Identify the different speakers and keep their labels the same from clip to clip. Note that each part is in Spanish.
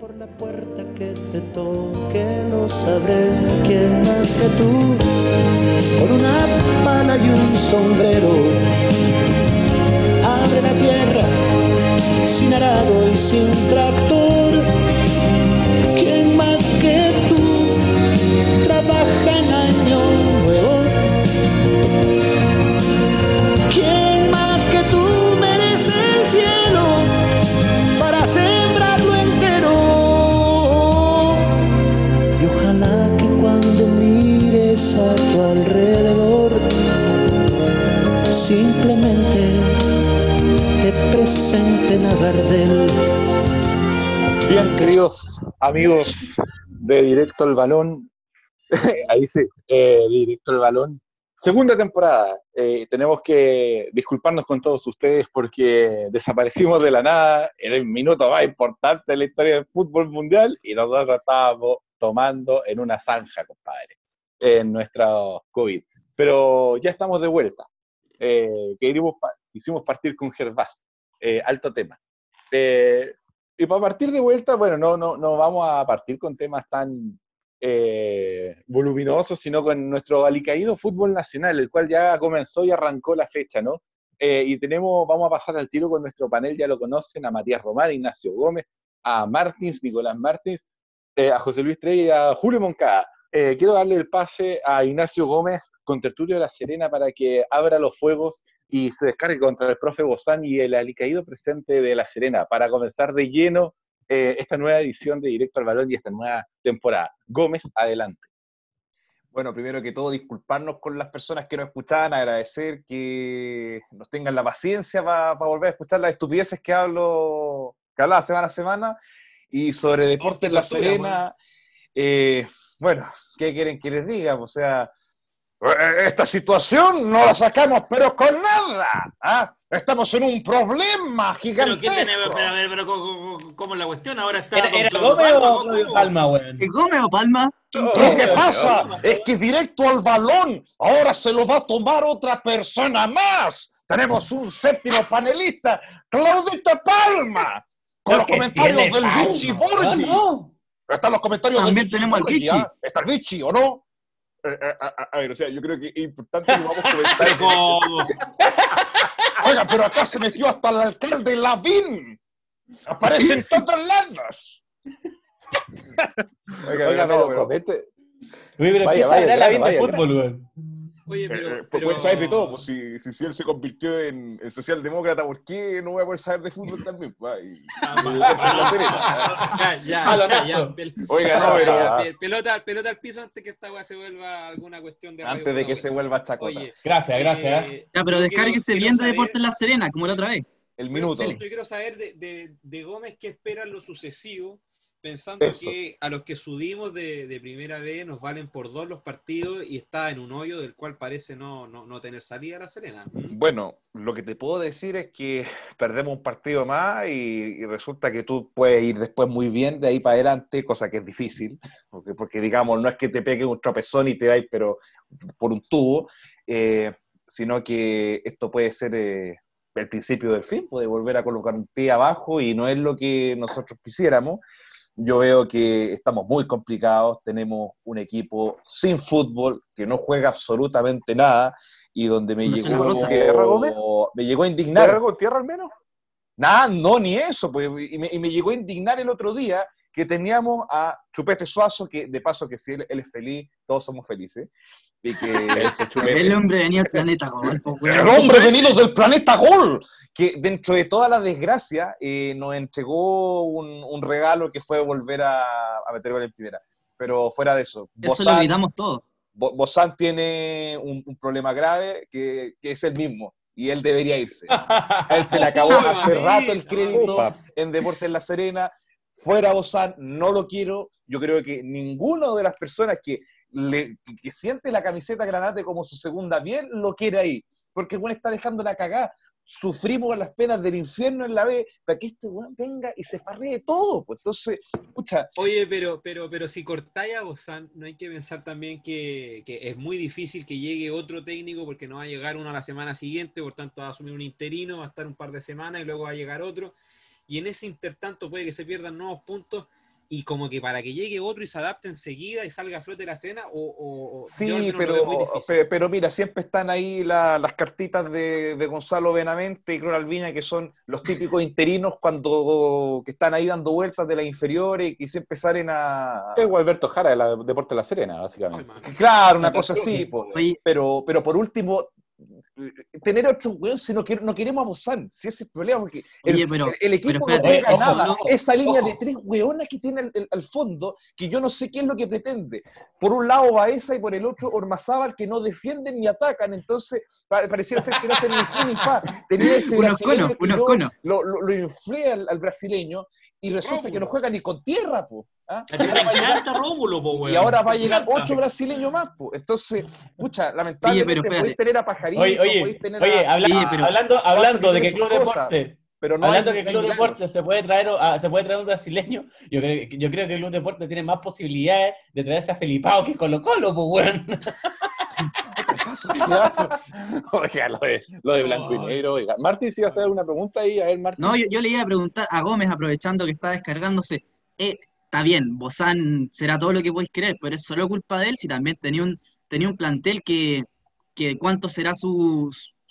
Speaker 1: Por la puerta que te toque no sabré quién más que tú, con una pala y un sombrero, abre la tierra sin arado y sin tractor. ¿Quién más que tú trabaja en año nuevo? ¿Quién más que tú merece el cielo para sembrarlo entero? Y ojalá que cuando mires a tu alrededor simplemente te presenten a Gardel.
Speaker 2: Bien, queridos amigos de Directo al Balón, ahí sí, Directo al Balón, segunda temporada. Tenemos que disculparnos con todos ustedes porque desaparecimos de la nada en el minuto más importante de la historia del fútbol mundial y nosotros estábamos tomando en una zanja, compadre, en nuestro COVID. Pero ya estamos de vuelta. Quisimos partir con Gervás, alto tema. Y para partir de vuelta, bueno, no vamos a partir con temas tan voluminosos, sino con nuestro alicaído fútbol nacional, el cual ya comenzó y arrancó la fecha, ¿no? Vamos a pasar al tiro con nuestro panel, ya lo conocen, a Matías Román, Ignacio Gómez, a Martins, Nicolás Martins, a José Luis Trey y a Julio Moncada. Quiero darle el pase a Ignacio Gómez, contertulio de La Serena, para que abra los fuegos y se descargue contra el profe Bozán y el alicaído presente de La Serena, para comenzar de lleno esta nueva edición de Directo al Balón y esta nueva temporada. Gómez, adelante.
Speaker 3: Bueno, primero que todo, disculparnos con las personas que nos escuchaban, agradecer que nos tengan la paciencia para volver a escuchar las estupideces que hablaba semana a semana, y sobre Deportes La Serena, bueno, ¿qué quieren que les diga? O sea, esta situación no la sacamos, pero con nada, ¿ah? Estamos en un problema gigantesco.
Speaker 4: ¿Pero qué tenemos? Pero ¿cómo es la cuestión? Ahora está
Speaker 5: ¿Era Gómez o Claudio Palma, weón?
Speaker 6: ¿Es Gómez o Palma?
Speaker 3: Lo que pasa es que Directo al Balón ahora se lo va a tomar otra persona más. Tenemos un séptimo panelista, Claudito Palma, con los comentarios del Vichy Borgi. Están los comentarios del
Speaker 6: También tenemos al Vichy.
Speaker 3: ¿Está el Vichy o no? A ver, o sea, yo creo que es importante que vamos a comentar. Oiga, pero acá se metió hasta el alcalde Lavín. Aparece en todos lados.
Speaker 2: Oiga, pero comete.
Speaker 5: Oye, pero ¿qué sabrá Lavín de fútbol, weón?
Speaker 4: Oye, pero
Speaker 3: puede saber de todo, pues si él se convirtió en socialdemócrata, ¿por qué no voy a poder saber de fútbol también? Oiga, no,
Speaker 4: pero pelota al piso antes que esta weá se vuelva alguna cuestión de radio.
Speaker 3: Antes de que se vuelva chacota.
Speaker 4: Oye,
Speaker 5: gracias.
Speaker 6: Ya, pero descárguese bien de Deportes La Serena, como la otra vez.
Speaker 3: El minuto.
Speaker 4: Yo quiero saber de Gómez qué espera en lo sucesivo, pensando que a los que subimos de primera vez nos valen por 2 los partidos y está en un hoyo del cual parece no tener salida La Serena.
Speaker 3: Bueno, lo que te puedo decir es que perdemos un partido más y resulta que tú puedes ir después muy bien de ahí para adelante, cosa que es difícil, porque digamos, no es que te pegue un tropezón y te vayas, pero por un tubo, sino que esto puede ser el principio del fin, puede volver a colocar un pie abajo y no es lo que nosotros quisiéramos. Yo veo que estamos muy complicados, tenemos un equipo sin fútbol, que no juega absolutamente nada, y donde me llegó a indignar.
Speaker 2: ¿Tierra con tierra al menos?
Speaker 3: Nada, no, ni eso, pues, y me llegó a indignar el otro día que teníamos a Chupete Suazo, que de paso que si él es feliz, todos somos felices. Y que
Speaker 6: el hombre venía del planeta Gol.
Speaker 3: El hombre venido del planeta Gol, que dentro de toda la desgracia nos entregó un regalo que fue volver a meter gol en primera. Pero fuera de eso,
Speaker 6: Eso lo olvidamos todo.
Speaker 3: Bozán tiene un problema grave que es el mismo, y él debería irse. A él se le acabó hace rato el crédito en Deportes La Serena. Fuera Bozán, no lo quiero. Yo creo que ninguna de las personas que siente la camiseta Granate como su segunda piel lo quiere ahí, porque el weón está dejando la cagada. Sufrimos las penas del infierno en la B para que este weón venga y se farree todo, pues. Entonces, escucha.
Speaker 4: Oye, pero si cortáis a Bozán, no hay que pensar también que es muy difícil que llegue otro técnico, porque no va a llegar uno a la semana siguiente, por tanto va a asumir un interino, va a estar un par de semanas y luego va a llegar otro, y en ese intertanto puede que se pierdan nuevos puntos. y como que para que llegue otro y se adapte enseguida y salga a flote la escena, o
Speaker 3: Sí,
Speaker 4: yo al menos lo veo muy difícil.
Speaker 3: pero mira, siempre están ahí las cartitas de Gonzalo Benavente y Cronal Viña, que son los típicos interinos que están ahí dando vueltas de las inferiores y que siempre salen a...
Speaker 2: Es Gualberto Jara de la Deporte de La Serena, básicamente.
Speaker 4: Ay, man.
Speaker 3: Claro, una cosa así,
Speaker 6: Oye,
Speaker 3: pero por último, tener 8 weones si no queremos a Bozán, si ese es el problema, porque
Speaker 6: Oye, pero
Speaker 3: el equipo no
Speaker 6: espérate,
Speaker 3: juega nada.
Speaker 6: ojo,
Speaker 3: Esa línea
Speaker 5: ojo.
Speaker 3: de 3 weonas que tiene al fondo, que yo no sé qué es lo que pretende. Por un lado Baeza y por el otro Ormazábal, que no defienden ni atacan, entonces pareciera ser que no hacen ni fu ni fa. Tenía ese
Speaker 6: Unos
Speaker 3: brasileño
Speaker 6: conos,
Speaker 3: que
Speaker 6: unos
Speaker 3: yo
Speaker 6: conos.
Speaker 3: lo inflé al brasileño y resulta que no juega ni con tierra, po. ¿Ah?
Speaker 7: A ti te encanta Rómulo, po, weón.
Speaker 3: Y ahora va a
Speaker 7: Te
Speaker 3: llegar
Speaker 7: encanta.
Speaker 3: 8 brasileños más, po. Entonces, pucha,
Speaker 6: Oye,
Speaker 3: lamentablemente
Speaker 6: pero espérate.
Speaker 3: podéis tener a Pajarito,
Speaker 5: Oye,
Speaker 3: podéis tener
Speaker 5: hablando de que Club Deporte,
Speaker 3: pero no
Speaker 5: hablando
Speaker 3: hay
Speaker 5: de que Club Deporte se puede traer un brasileño, yo creo que el Club Deporte tiene más posibilidades de traerse a Felipao que Colo-Colo, pues, weón.
Speaker 2: Oiga, lo de blanco y negro, oiga. Martín, si vas a hacer una pregunta ahí, a ver, Martín.
Speaker 6: No, yo le iba a preguntar a Gómez, aprovechando que está descargándose. Está bien, Bozán será todo lo que podéis querer, pero es solo culpa de él si también tenía un plantel que ¿cuánto será su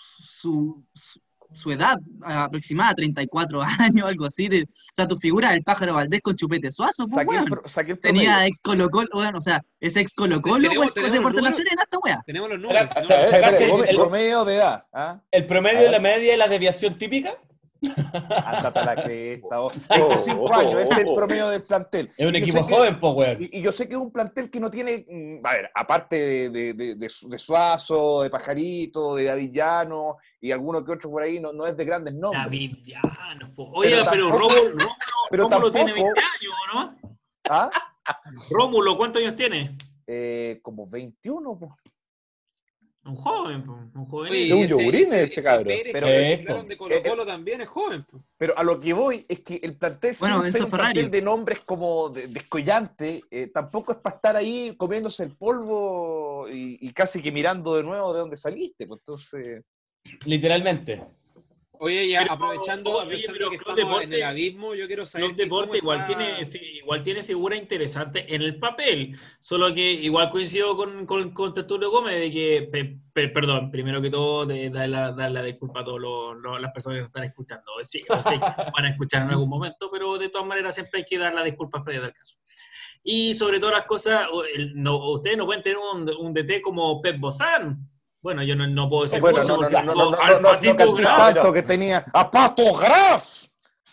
Speaker 6: edad aproximada? 34 años, algo así. O sea, tu figura del Pájaro Valdés con Chupete Suazo, pues, weón.
Speaker 3: Saqué el
Speaker 6: Tenía
Speaker 3: promedio.
Speaker 6: ex Colo-Colo, weón, o sea, es ex Colo-Colo,
Speaker 4: Tenemos-
Speaker 6: weón,
Speaker 4: tenemos
Speaker 6: Deporte de la
Speaker 4: los
Speaker 6: Serena, esta weá.
Speaker 4: Tenemos los números.
Speaker 5: Espera,
Speaker 4: tenemos los
Speaker 5: sacaste
Speaker 4: números.
Speaker 3: El promedio de edad. ¿Ah?
Speaker 5: el promedio de la media de la desviación típica
Speaker 3: Ándate a la cresta. 25 años, ese es el promedio del plantel.
Speaker 5: es un
Speaker 3: Yo
Speaker 5: equipo
Speaker 3: sé que-
Speaker 5: joven, pues, weón.
Speaker 3: Y yo sé que es un plantel que no tiene, a ver, aparte de Suazo, de Pajarito, de David Llano y alguno que otro por ahí, no es de grandes nombres.
Speaker 7: David Llanos, po. Oiga, pero
Speaker 3: tampoco-
Speaker 7: Rómulo
Speaker 3: tampoco-
Speaker 7: tiene 20 años, ¿no?
Speaker 3: ¿Ah?
Speaker 7: Rómulo, ¿cuántos años tiene?
Speaker 3: Como 21, pues.
Speaker 7: Un joven, po, un joven.
Speaker 4: Oye,
Speaker 2: Es un
Speaker 4: ese-
Speaker 2: yogurín
Speaker 4: ese-
Speaker 2: ese
Speaker 4: ese
Speaker 2: cabro.
Speaker 4: Pérez
Speaker 3: Pero
Speaker 4: que
Speaker 5: esto-
Speaker 4: reciclaron de Colo-Colo también es joven. Pues.
Speaker 3: Pero a lo que voy es que el plantel,
Speaker 6: Bueno,
Speaker 3: sin ser
Speaker 6: Enzo
Speaker 3: un plantel
Speaker 6: Ferrari.
Speaker 3: de nombres como descollante, tampoco es para estar ahí comiéndose el polvo y casi que mirando de nuevo de dónde saliste. Pues entonces,
Speaker 5: Literalmente.
Speaker 4: Oye, ya
Speaker 7: Pero-
Speaker 4: aprovechando
Speaker 7: oye, pero
Speaker 4: que
Speaker 7: Club
Speaker 4: estamos en
Speaker 7: Deporte-
Speaker 4: el abismo, yo quiero saber
Speaker 7: Club Deporte
Speaker 4: cómo
Speaker 7: igual
Speaker 4: está-
Speaker 7: tiene figuras interesantes en el papel, solo que igual coincido con Tertulio Gómez de que, perdón, primero que todo, de dar la disculpa a todas las personas que nos están escuchando. Sí, yo sé que van a escuchar en algún momento, pero de todas maneras siempre hay que dar las disculpas para del caso. Y sobre todas las cosas, ustedes no pueden tener un DT como Pep Bozán. Bueno, yo no puedo decir
Speaker 3: bueno,
Speaker 7: mucho
Speaker 3: no,
Speaker 7: porque
Speaker 3: no, no,
Speaker 7: tengo
Speaker 3: no,
Speaker 7: al
Speaker 3: no,
Speaker 7: Patito
Speaker 3: no,
Speaker 7: Graf.
Speaker 3: tanto que tenía a Pato Graf.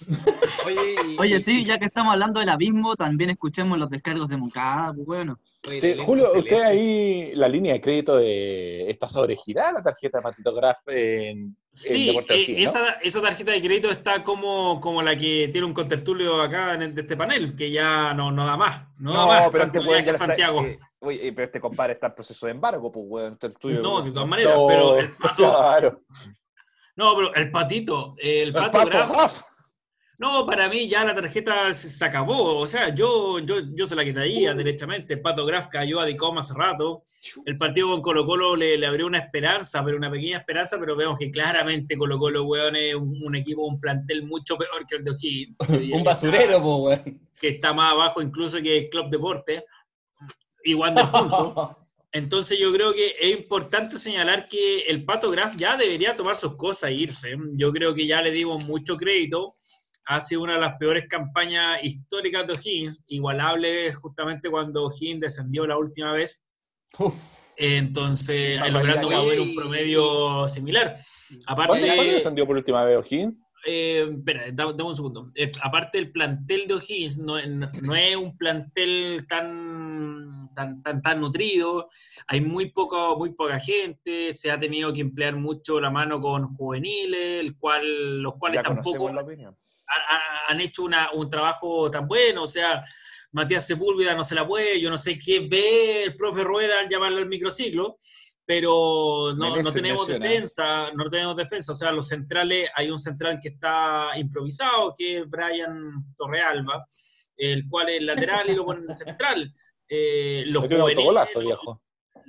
Speaker 6: Oye, sí, ya que estamos hablando del abismo, también escuchemos los descargos de Moncada, pues, bueno.
Speaker 4: Oye,
Speaker 2: Sí,
Speaker 4: talento
Speaker 2: Julio,
Speaker 4: excelente.
Speaker 2: usted ahí, la línea de crédito está sobregirada la tarjeta de Patito Graf en
Speaker 7: Sí,
Speaker 2: Deportes O'Higgins, ¿no?
Speaker 7: esa tarjeta de crédito está como la que tiene un contertulio acá de este panel, que ya no da más. No da más.
Speaker 3: pero este
Speaker 7: tanto
Speaker 3: weón
Speaker 7: viaje
Speaker 3: ya
Speaker 7: a
Speaker 3: está,
Speaker 7: Santiago.
Speaker 3: oye, pero este compadre está en proceso de embargo, pues weón. Entonces, tuyo,
Speaker 7: No, de todas
Speaker 3: no.
Speaker 7: maneras,
Speaker 2: No,
Speaker 7: pero el pato.
Speaker 2: Claro.
Speaker 7: No, pero el patito, el pato
Speaker 3: Pato
Speaker 7: Graf.
Speaker 3: Graf.
Speaker 7: No, para mí ya la tarjeta se acabó. O sea, yo se la quitaría derechamente. El Pato Graf cayó a Dicom hace rato. El partido con Colo-Colo le abrió una esperanza, pero una pequeña esperanza, pero vemos que claramente Colo-Colo, weón, es un equipo, un plantel mucho peor que el de O'Higgins.
Speaker 5: Un basurero, pues, weón.
Speaker 7: Que está más abajo incluso que el Club Deporte. Igual del punto. Entonces yo creo que es importante señalar que el Pato Graf ya debería tomar sus cosas e irse. Yo creo que ya le dimos mucho crédito. Ha sido una de las peores campañas históricas de O'Higgins, igualable justamente cuando O'Higgins descendió la última vez.
Speaker 5: Uf.
Speaker 7: Entonces,
Speaker 3: Una
Speaker 7: logrando
Speaker 3: barbaridad.
Speaker 7: mover un promedio similar.
Speaker 2: ¿Cuándo
Speaker 7: Aparte,
Speaker 2: descendió por última vez O'Higgins?
Speaker 7: espera, dame un segundo. Aparte, el plantel de O'Higgins no es un plantel tan nutrido. Hay muy poca gente. Se ha tenido que emplear mucho la mano con juveniles, los cuales
Speaker 3: Ya
Speaker 7: tampoco
Speaker 3: conocemos la opinión.
Speaker 7: han hecho un trabajo tan bueno. O sea, Matías Sepúlveda no se la puede. Yo no sé qué ve el profe Rueda al llamarlo al microciclo. Pero no tenemos defensa, o sea, los centrales, hay un central que está improvisado, que es Brian Torrealba, el cual es lateral y lo ponen de central. Los
Speaker 2: Metió un
Speaker 7: juveniles,
Speaker 2: autogolazo, viejo.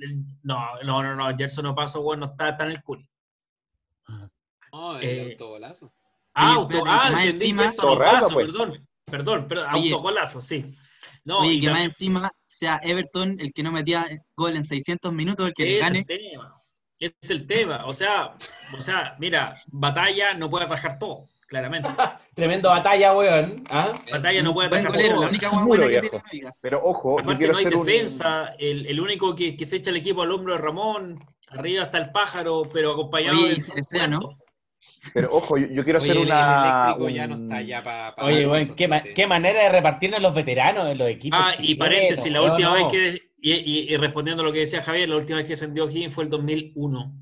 Speaker 7: no, Gerson Opaso, bueno, está tan en el culi.
Speaker 4: No, el autogolazo.
Speaker 6: Oye, espérate, que más
Speaker 7: entendí,
Speaker 6: encima-
Speaker 7: Gerson
Speaker 2: Torrealba,
Speaker 7: Opaso,
Speaker 2: pues.
Speaker 7: perdón,
Speaker 6: Oye.
Speaker 7: autogolazo, sí. No,
Speaker 6: Oye,
Speaker 7: y
Speaker 6: que más
Speaker 7: también
Speaker 6: encima sea Everton el que no metía gol en 600 minutos, el que le
Speaker 7: es
Speaker 6: gane.
Speaker 7: el tema. Es el tema. O sea, mira, Batalla no puede atajar todo, claramente.
Speaker 5: Tremendo batalla, weón. ¿Ah?
Speaker 7: Batalla no puede
Speaker 6: Buen
Speaker 7: atajar
Speaker 6: golero, la
Speaker 7: todo.
Speaker 6: única
Speaker 2: Es
Speaker 6: hueá
Speaker 2: muro,
Speaker 6: buena que tiene
Speaker 2: viejo.
Speaker 6: la liga.
Speaker 3: Pero ojo, yo
Speaker 7: Aparte
Speaker 3: quiero
Speaker 7: no hay
Speaker 3: hacer un...
Speaker 7: defensa, el único que se echa el equipo al hombro es Ramón, arriba está el pájaro, pero acompañado
Speaker 6: Oye,
Speaker 7: de
Speaker 6: y
Speaker 7: dos
Speaker 6: Cereceda, ¿no?
Speaker 7: muertos.
Speaker 3: Pero ojo, yo quiero hacer
Speaker 4: Oye, el
Speaker 3: una...
Speaker 4: eléctrico ya no está
Speaker 3: un...
Speaker 4: ya para
Speaker 5: Oye, weón, qué manera de repartirnos los veteranos en los equipos
Speaker 7: Ah, y
Speaker 5: chilenos,
Speaker 7: paréntesis, la
Speaker 5: weón,
Speaker 7: última vez
Speaker 5: no.
Speaker 7: que, y respondiendo a lo que decía Javier, la última vez que ascendió Higgins fue el 2001.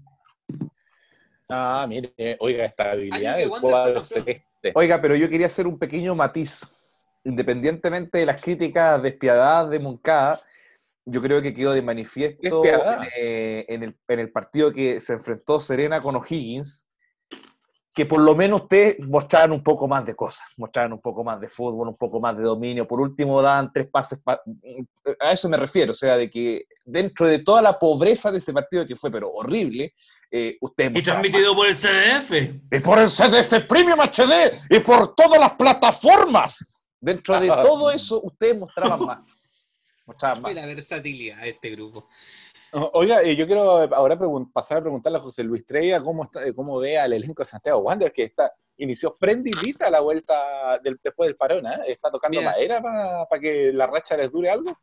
Speaker 2: Ah, mire, oiga, estabilidad
Speaker 4: Año que
Speaker 2: del
Speaker 4: Wander fue
Speaker 2: cuadro
Speaker 4: campeón.
Speaker 2: celeste.
Speaker 3: Oiga, pero yo quería hacer un pequeño matiz. Independientemente de las críticas despiadadas de Moncada, yo creo que quedó de manifiesto
Speaker 2: Despiadada.
Speaker 3: en el partido que se enfrentó Serena con O'Higgins, que por lo menos ustedes mostraban un poco más de cosas, mostraban un poco más de fútbol, un poco más de dominio, por último daban 3 pases, a eso me refiero, o sea, de que dentro de toda la pobreza de ese partido que fue, pero horrible, ustedes
Speaker 7: Y
Speaker 3: mostraban más.
Speaker 7: transmitido por el CDF.
Speaker 3: Y por el CDF Premium HD, y por todas las plataformas, dentro de todo eso, ustedes mostraban más. Mostraban más.
Speaker 4: La versatilidad de este grupo.
Speaker 2: Oiga, yo quiero ahora pasar a preguntarle a José Luis Treya cómo ve al elenco de Santiago Wander, que inició prendidita la vuelta después del parón, ¿eh? Está tocando
Speaker 4: Mira.
Speaker 2: madera para que la racha les dure algo.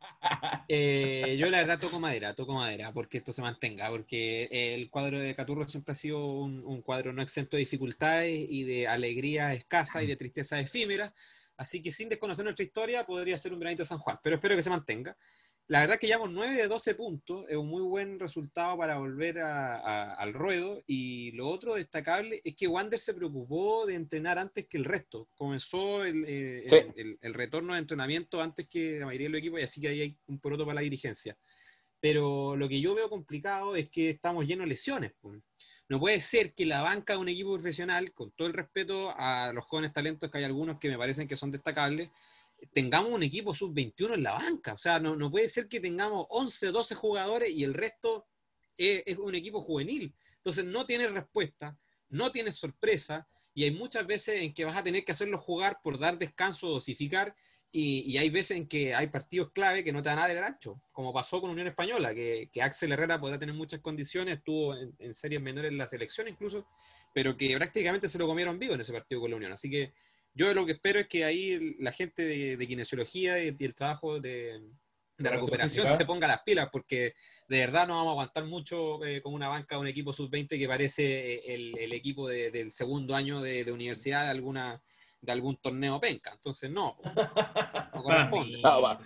Speaker 4: Yo la verdad toco madera, porque esto se mantenga, porque el cuadro de Caturro siempre ha sido un cuadro no exento de dificultades y de alegría escasa y de tristeza efímera, así que sin desconocer nuestra historia podría ser un granito de San Juan, pero espero que se mantenga. La verdad que llevamos 9 de 12 puntos, es un muy buen resultado para volver al ruedo, y lo otro destacable es que Wander se preocupó de entrenar antes que el resto, comenzó el retorno de entrenamiento antes que la mayoría de los equipos, y así que ahí hay un poroto para la dirigencia. Pero lo que yo veo complicado es que estamos llenos de lesiones. No puede ser que la banca de un equipo profesional, con todo el respeto a los jóvenes talentos, que hay algunos que me parecen que son destacables, tengamos un equipo sub-21 en la banca. O sea, no puede ser que tengamos 11, 12 jugadores y el resto es un equipo juvenil. Entonces no tienes respuesta, no tienes sorpresa, y hay muchas veces en que vas a tener que hacerlos jugar por dar descanso, dosificar, y hay veces en que hay partidos clave que no te dan nada del ancho, como pasó con Unión Española, que Axel Herrera podrá tener muchas condiciones, estuvo en series menores en la selección incluso, pero que prácticamente se lo comieron vivo en ese partido con la Unión. Así que yo lo que espero es que ahí la gente de kinesiología y el trabajo de recuperación se ponga las pilas, porque de verdad no vamos a aguantar mucho con una banca de un equipo sub-20 que parece el equipo del segundo año de universidad de algún torneo penca. Entonces no corresponde.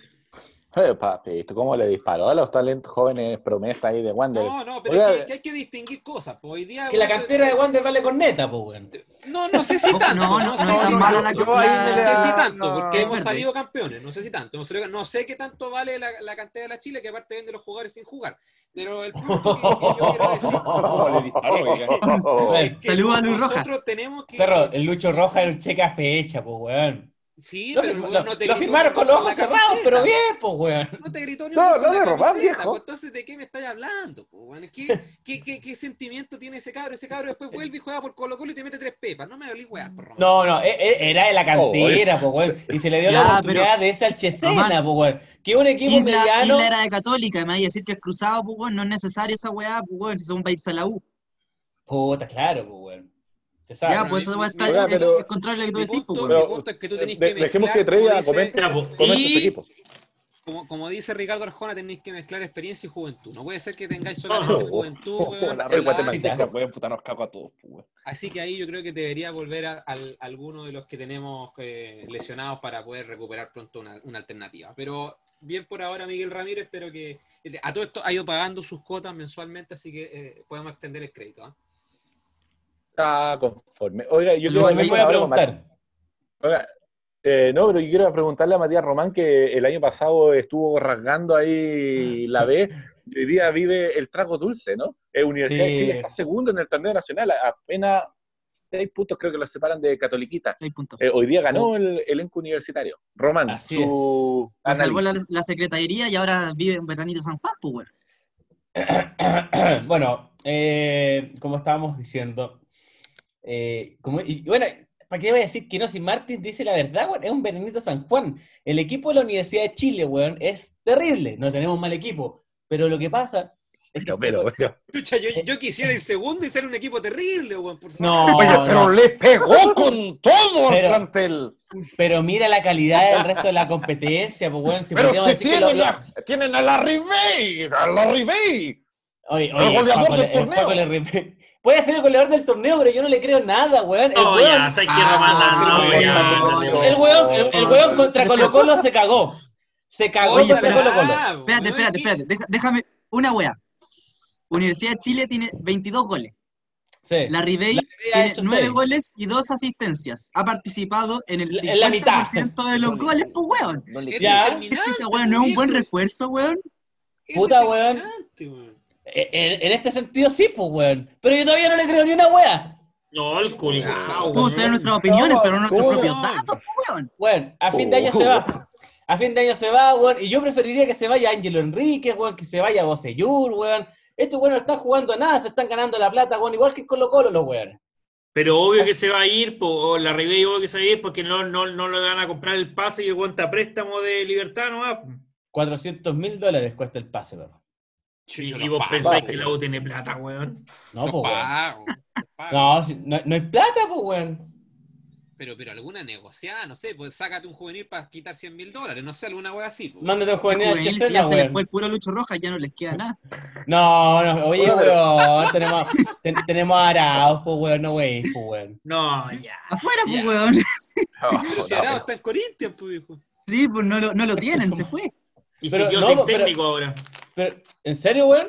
Speaker 2: Papi, ¿cómo le disparó a los talentos jóvenes promesa ahí de Wander?
Speaker 4: No, pero
Speaker 2: Oiga,
Speaker 4: es que hay que distinguir cosas. Pues hoy día,
Speaker 5: Que la cantera de Wander vale con neta, pues, weón.
Speaker 4: No sé si tanto.
Speaker 6: No
Speaker 4: sé
Speaker 6: es tan
Speaker 4: si
Speaker 6: mala la
Speaker 4: tanto.
Speaker 3: ahí me
Speaker 4: No sé
Speaker 3: da-
Speaker 4: si tanto, porque hemos
Speaker 6: verde.
Speaker 4: salido campeones. No sé si tanto. No sé qué tanto vale la cantera de la Chile, que aparte vende los jugadores sin jugar. Pero el punto que yo quiero decir
Speaker 3: ¿Cómo le disparó, oiga?
Speaker 4: es que
Speaker 6: Saluda a Luis Rojas.
Speaker 4: nosotros tenemos que...
Speaker 5: Perro, el Lucho Roja era un cheque a fecha, pues, weón.
Speaker 4: Sí,
Speaker 5: Lo,
Speaker 4: pero
Speaker 5: lo-
Speaker 4: no te
Speaker 5: lo
Speaker 4: gritó
Speaker 5: firmaron
Speaker 4: ni
Speaker 5: con
Speaker 4: un
Speaker 5: los
Speaker 4: gol
Speaker 5: ojos
Speaker 4: por la
Speaker 5: cerrados,
Speaker 4: camiseta.
Speaker 5: pero bien, pues, weón.
Speaker 4: No te gritó ni
Speaker 2: No,
Speaker 4: un gol
Speaker 2: no
Speaker 4: por la
Speaker 2: le robás,
Speaker 4: camiseta,
Speaker 2: viejo.
Speaker 4: pues, entonces, ¿de qué me estás hablando? Pues, bueno, ¿qué sentimiento tiene ese cabro? Ese cabro después vuelve y juega por Colo Colo y te mete 3 pepas. No me dolí weá, por Román.
Speaker 5: No, era de la cantera, pues, weón. Y se le dio la
Speaker 6: Ya,
Speaker 5: oportunidad de ese al Chesena,
Speaker 6: Román,
Speaker 5: pues, weón. Que un equipo mediano.
Speaker 6: Isla era de Católica, me va a decir que es cruzado, pues, weón, no es necesario esa weá, pues, weón, si son para irse a la U.
Speaker 5: Puta, claro, pues, weón. Se sabe.
Speaker 6: Ya, pues
Speaker 4: mi-
Speaker 6: esa weá
Speaker 4: mi-
Speaker 6: está,
Speaker 4: mi-
Speaker 2: Oiga, pero-
Speaker 6: es contrario a lo que tú
Speaker 4: Mi
Speaker 6: decís, pues,
Speaker 4: punto,
Speaker 6: weón.
Speaker 4: mi punto es que tú tenés que
Speaker 2: dejemos
Speaker 4: mezclar,
Speaker 2: que Treya
Speaker 4: como dice-
Speaker 2: comente
Speaker 7: Ya, pues,
Speaker 2: su
Speaker 7: y-
Speaker 2: equipo.
Speaker 4: como dice Ricardo Arjona, tenéis que mezclar experiencia y juventud. No puede ser que tengáis solamente juventud, weón,
Speaker 3: La
Speaker 4: pelada.
Speaker 3: guatemalteca, weón, puta, nos cago a todos, weón.
Speaker 4: Así que ahí yo creo que debería volver a alguno de los que tenemos lesionados para poder recuperar pronto una alternativa. Pero bien por ahora, Miguel Ramírez, espero que a todo esto ha ido pagando sus cuotas mensualmente, así que podemos extender el crédito.
Speaker 2: Conforme. Oiga, yo
Speaker 6: Luego
Speaker 2: quiero
Speaker 5: Se me puede
Speaker 2: ahora con
Speaker 5: preguntar.
Speaker 2: Oiga, no, pero yo quiero preguntarle a Matías Román, que el año pasado estuvo rasgando ahí la B, y hoy día vive el trago dulce, ¿no? Universidad de
Speaker 5: Sí.
Speaker 2: Chile está segundo en el torneo nacional, apenas 6 puntos creo que lo separan de Catoliquita.
Speaker 6: 6 puntos.
Speaker 2: Hoy día ganó el elenco universitario. Román,
Speaker 5: Así
Speaker 2: su
Speaker 6: Lo salvó
Speaker 2: análisis.
Speaker 6: la secretaría y ahora vive en Veranito San Juan, pues, weón.
Speaker 5: Bueno, como estábamos diciendo, bueno, ¿para qué voy a decir que no? Si Martins dice la verdad, weón, es un Benedito San Juan. El equipo de la Universidad de Chile, weón, es terrible. No tenemos mal equipo. Pero lo que pasa es que...
Speaker 2: Pero.
Speaker 4: Chucha, yo quisiera ir segundo y ser un equipo terrible, weón, por favor.
Speaker 5: No,
Speaker 3: Oye, pero
Speaker 5: no.
Speaker 3: le pegó con todo al
Speaker 5: Pero-
Speaker 3: plantel.
Speaker 5: Pero mira la calidad del resto de la competencia, pues, weón. Si
Speaker 3: Pero
Speaker 5: podríamos
Speaker 3: si
Speaker 5: decir que
Speaker 3: tienen a la Ribey.
Speaker 5: Oye,
Speaker 3: el goleador
Speaker 5: Paco,
Speaker 3: del
Speaker 5: el
Speaker 3: torneo.
Speaker 5: Paco puede ser el goleador del torneo, pero yo no le creo nada, weón. El
Speaker 7: No,
Speaker 5: weón,
Speaker 7: ya, sé que
Speaker 5: el weón contra Colo Colo se cagó. Se cagó
Speaker 6: Oye,
Speaker 5: contra
Speaker 6: espera.
Speaker 5: Colo Colo.
Speaker 6: Espérate. Déjame una wea. Universidad de Chile tiene 22 goles.
Speaker 5: Sí.
Speaker 6: La Ribey
Speaker 5: Ha
Speaker 6: tiene
Speaker 5: hecho
Speaker 6: 9
Speaker 5: 6.
Speaker 6: goles y 2 asistencias. Ha participado en el
Speaker 5: En la mitad.
Speaker 6: 50% de los goles, pues, weón.
Speaker 3: No le
Speaker 4: Es
Speaker 5: Ya.
Speaker 4: determinante,
Speaker 6: Esa weón no es un buen
Speaker 4: viejo.
Speaker 6: refuerzo, weón.
Speaker 4: Es
Speaker 5: Puta, weón.
Speaker 4: determinante, weón.
Speaker 5: En este sentido sí, pues, weón. Pero yo todavía no le creo ni una wea.
Speaker 7: No, el culiao.
Speaker 6: Todos tenemos nuestras opiniones, pero no nuestros
Speaker 2: ¿cómo
Speaker 6: propios
Speaker 4: no?
Speaker 6: datos, pues, weón.
Speaker 5: Weón, a fin de año se va. A fin de año se va, weón. Y yo preferiría que se vaya Ángelo Enríquez, weón, que se vaya Bocellur, weón. Estos weones no están jugando nada, se están ganando la plata, weón, igual que en Colo Colo los weones.
Speaker 7: Pero obvio que se va a ir, o la Ribey obvio que se va a ir porque no le van a comprar el pase y el cuenta préstamo de Libertad nomás.
Speaker 5: $400,000 cuesta el pase, weón.
Speaker 7: Y vos pensáis que la U tiene plata, weón.
Speaker 5: No,
Speaker 4: Los
Speaker 5: pues, weón.
Speaker 4: pago, los pago.
Speaker 5: No, no hay plata, pues, weón.
Speaker 4: Pero alguna negociada, no sé, pues sácate un juvenil para quitar $100,000, no sé, alguna wea así. Pues.
Speaker 5: Mándate un juvenil al
Speaker 6: Juvenil, si
Speaker 5: Chesena,
Speaker 6: ya se les
Speaker 5: weón.
Speaker 6: fue el puro Lucho Rojas, ya no les queda nada.
Speaker 5: No, oye, weón, tenemos a Arauz, pues, weón, no, wey, pues, weón.
Speaker 7: No, ya.
Speaker 6: Afuera, pues,
Speaker 4: Ya.
Speaker 6: weón.
Speaker 4: Pero si Arao está en Corinthians, pues, viejo.
Speaker 6: Sí, pues no lo tienen, se fue.
Speaker 7: Y
Speaker 5: Pero
Speaker 7: se quedó
Speaker 5: no,
Speaker 7: sin
Speaker 5: pero-
Speaker 7: técnico ahora.
Speaker 5: Pero, ¿en serio, weón?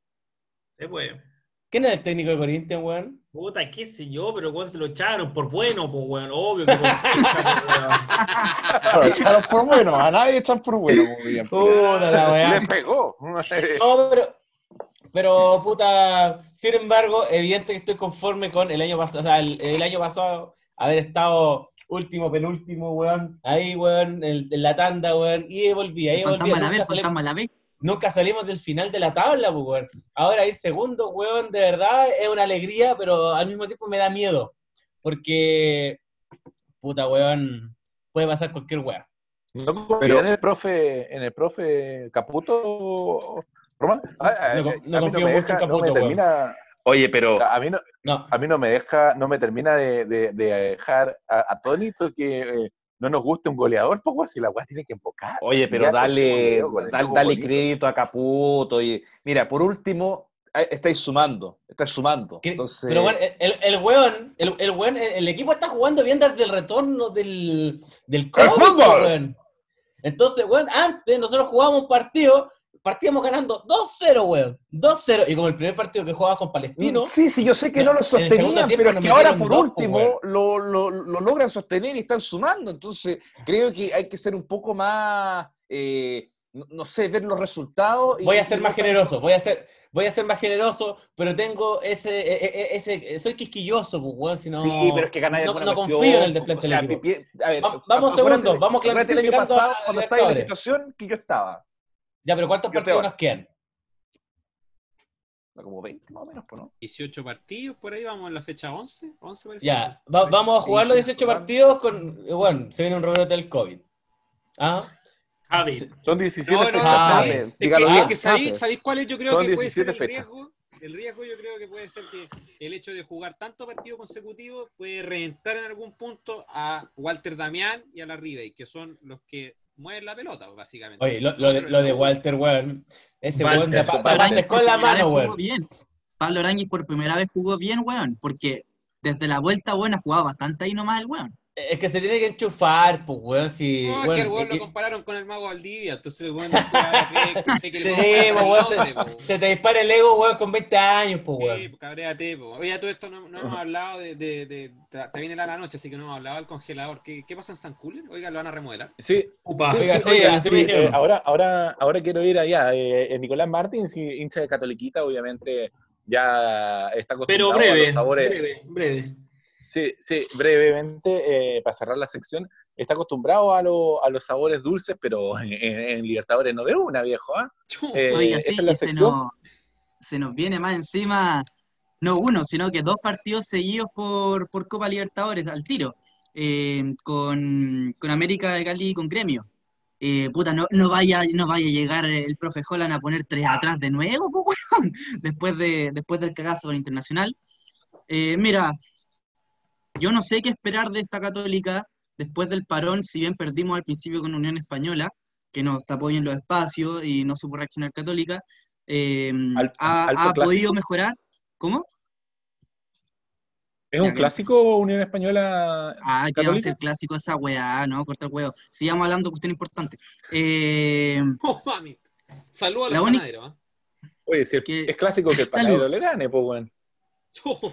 Speaker 7: Se fue.
Speaker 5: ¿Quién es el técnico de Corinthians, weón?
Speaker 7: Puta, qué sé yo, pero weón se lo echaron por bueno, pues weón. Obvio que por pesca, pues, weón.
Speaker 3: Lo echaron por bueno, a nadie echan por bueno, muy bien.
Speaker 5: Puta la weá.
Speaker 2: Le pegó.
Speaker 5: No, pero, puta, sin embargo, evidente que estoy conforme con el año pasado, o sea, el año pasado haber estado último, penúltimo, weón, ahí, weón, en la tanda, weón, y volví.
Speaker 6: Fantasma a la vez, fantasma a la vez.
Speaker 5: Nunca salimos del final de la tabla, pues, weón. Ahora ir segundo, weón, de verdad es una alegría, pero al mismo tiempo me da miedo. Porque, puta, weón, puede pasar cualquier weón.
Speaker 2: ¿No confías en el profe Caputo, Román?
Speaker 5: No confío mucho en Caputo,
Speaker 3: Oye, pero
Speaker 2: a mí no me termina de dejar atónito que no nos guste un goleador, pues, si la weá tiene que enfocar.
Speaker 3: Oye, pero
Speaker 2: Ya,
Speaker 3: dale
Speaker 2: con
Speaker 3: dale crédito a Caputo. Y, mira, por último, estáis sumando. Entonces,
Speaker 5: Pero bueno, el weón, el equipo está jugando bien desde el retorno del COVID,
Speaker 3: fútbol!
Speaker 5: weón. Entonces, weón, antes nosotros jugábamos un partido, partíamos ganando 2-0, weón. 2-0. Y como el primer partido que jugabas con Palestino.
Speaker 3: sí, yo sé que no lo
Speaker 5: en el segundo
Speaker 3: sostenían,
Speaker 5: tiempo
Speaker 3: pero es
Speaker 5: nos
Speaker 3: que ahora
Speaker 5: metieron
Speaker 3: por
Speaker 5: dos,
Speaker 3: último lo logran sostener y están sumando. Entonces, creo que hay que ser un poco más, no sé, ver los resultados.
Speaker 5: Voy a ser más generoso, voy a ser más generoso, pero tengo ese soy quisquilloso, pues, weón, si no,
Speaker 3: Sí, pero es que ganáis
Speaker 5: no
Speaker 3: alguna
Speaker 5: confío
Speaker 3: cuestión,
Speaker 5: en el desplante
Speaker 3: o sea,
Speaker 5: del equipo.
Speaker 3: a ver,
Speaker 5: Vamos segundos, vamos
Speaker 3: acuérdate el año
Speaker 5: clasificando
Speaker 3: pasado
Speaker 5: a
Speaker 3: cuando estaba en la
Speaker 5: Libertadores.
Speaker 3: situación que yo estaba.
Speaker 5: Ya, pero ¿cuántos
Speaker 3: Yo te
Speaker 5: partidos
Speaker 3: voy.
Speaker 5: nos quedan?
Speaker 3: Como 20 más o menos, ¿no?
Speaker 4: 18 partidos, por ahí vamos en la fecha 11. 11 parece.
Speaker 5: Ya, vamos a jugar los 18 partidos con, bueno, se viene un rebrote del COVID. ¿Ah?
Speaker 7: Javi.
Speaker 2: Son 17
Speaker 4: No,
Speaker 2: fechas,
Speaker 5: Javi.
Speaker 2: James.
Speaker 4: Es
Speaker 2: Dígalo
Speaker 4: que,
Speaker 2: bien,
Speaker 4: es que
Speaker 2: James.
Speaker 4: ¿sabéis cuál es? Yo creo
Speaker 2: Son
Speaker 4: que puede ser
Speaker 2: 17
Speaker 4: el
Speaker 2: fechas.
Speaker 4: riesgo. El riesgo yo creo que puede ser que el hecho de jugar tanto partido consecutivo puede reventar en algún punto a Walter Damián y a la Ribey, que son los que mueven la pelota, básicamente.
Speaker 5: Oye, lo de Walter, weón. Ese
Speaker 7: Walter,
Speaker 5: weón de
Speaker 2: Pablo
Speaker 5: pases con la mano,
Speaker 6: jugó
Speaker 5: weón.
Speaker 6: bien. Pablo Aránguiz por primera vez jugó bien, weón, porque desde la vuelta buena jugaba bastante ahí nomás el weón.
Speaker 5: Es que se tiene que enchufar, pues, weón. Si,
Speaker 4: No, es
Speaker 5: weón,
Speaker 4: que el weón
Speaker 5: es
Speaker 4: lo
Speaker 5: que-
Speaker 4: compararon con el mago Valdivia, entonces el weón después cree que le
Speaker 5: Sí,
Speaker 4: pueden
Speaker 5: pues,
Speaker 4: comprar
Speaker 5: weón,
Speaker 4: el nombre, po.
Speaker 5: se te dispara el ego, weón, con 20 años, pues,
Speaker 4: Sí,
Speaker 5: weón.
Speaker 4: pues, cabréate, po. Oye, todo esto no hemos hablado te viene la noche, así que no hemos hablado del congelador. ¿Qué pasa en San Cooler? Oiga, lo van a remodelar.
Speaker 2: Sí,
Speaker 7: Upa.
Speaker 2: sí,
Speaker 5: Oiga,
Speaker 2: sí,
Speaker 5: sí,
Speaker 2: oiga,
Speaker 5: así
Speaker 2: sí,
Speaker 5: me dijeron.
Speaker 2: ahora quiero ir allá. Nicolás Martins, hincha de Catoliquita, obviamente ya está
Speaker 7: Pero
Speaker 2: acostumbrado a
Speaker 7: breve,
Speaker 2: los sabores.
Speaker 7: breve.
Speaker 2: Sí, brevemente, para cerrar la sección, está acostumbrado a los sabores dulces, pero en Libertadores no de una, viejo, ¿ah?
Speaker 6: Oiga,
Speaker 2: esta
Speaker 6: sí,
Speaker 2: es la
Speaker 6: y
Speaker 2: sección.
Speaker 6: se nos viene más encima, no uno, sino que 2 partidos seguidos por Copa Libertadores al tiro. con América de Cali y con Gremio. Puta, no vaya a llegar el profe Holland a poner 3 atrás de nuevo, po, weón, después del cagazo con Internacional. Mira, yo no sé qué esperar de esta Católica después del parón, si bien perdimos al principio con Unión Española, que nos tapó bien los espacios y no supo reaccionar Católica,
Speaker 2: ¿Alto
Speaker 6: ha podido
Speaker 2: clásico?
Speaker 6: mejorar. ¿Cómo?
Speaker 2: ¿Es
Speaker 6: Ya
Speaker 2: un
Speaker 6: que
Speaker 2: clásico Unión Española
Speaker 6: que va a ser
Speaker 2: Católica?
Speaker 6: clásico esa weá, no, corta el huevo. Sigamos hablando, cuestión importante.
Speaker 4: Oh, mami. Saludos a
Speaker 6: La
Speaker 4: los
Speaker 6: única
Speaker 4: panaderos, ¿ah?
Speaker 2: Oye, si
Speaker 6: que
Speaker 2: es clásico que el
Speaker 6: salud.
Speaker 2: panadero le gane, pues bueno.
Speaker 4: Oh,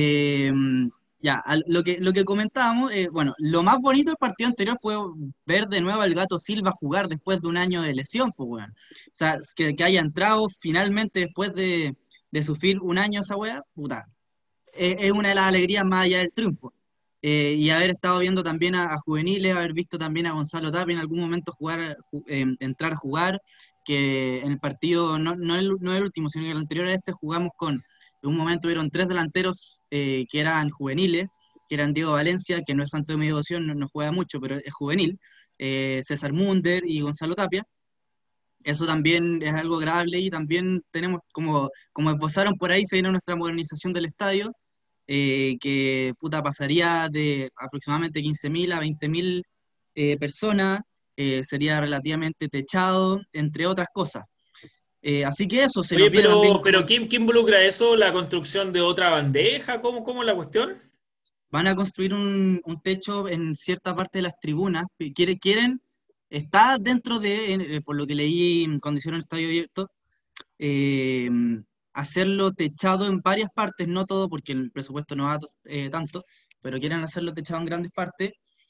Speaker 6: Lo que comentábamos, bueno, lo más bonito del partido anterior fue ver de nuevo al Gato Silva jugar después de un año de lesión, pues weón. O sea, que haya entrado finalmente después de sufrir un año esa weá, puta, es una de las alegrías más allá del triunfo. Y haber estado viendo también a juveniles, haber visto también a Gonzalo Tapia en algún momento entrar a jugar, que en el partido, no el último, sino que el anterior a este, jugamos en un momento hubieron 3 delanteros que eran juveniles, que eran Diego Valencia, que no es santo de mi devoción, no juega mucho, pero es juvenil, César Munder y Gonzalo Tapia. Eso también es algo agradable y también tenemos, como esbozaron por ahí, se viene nuestra modernización del estadio, que puta, pasaría de aproximadamente 15.000 a 20.000 personas, sería relativamente techado, entre otras cosas. Así que eso, se nos
Speaker 7: Oye,
Speaker 6: viene también
Speaker 7: pero ¿qué involucra eso? ¿La construcción de otra bandeja? ¿Cómo es la cuestión?
Speaker 6: van a construir un techo en cierta parte de las tribunas, está dentro de, por lo que leí cuando hicieron el estadio abierto, eh, hacerlo techado en varias partes, no todo porque el presupuesto no va tanto, pero quieren hacerlo techado en grandes partes,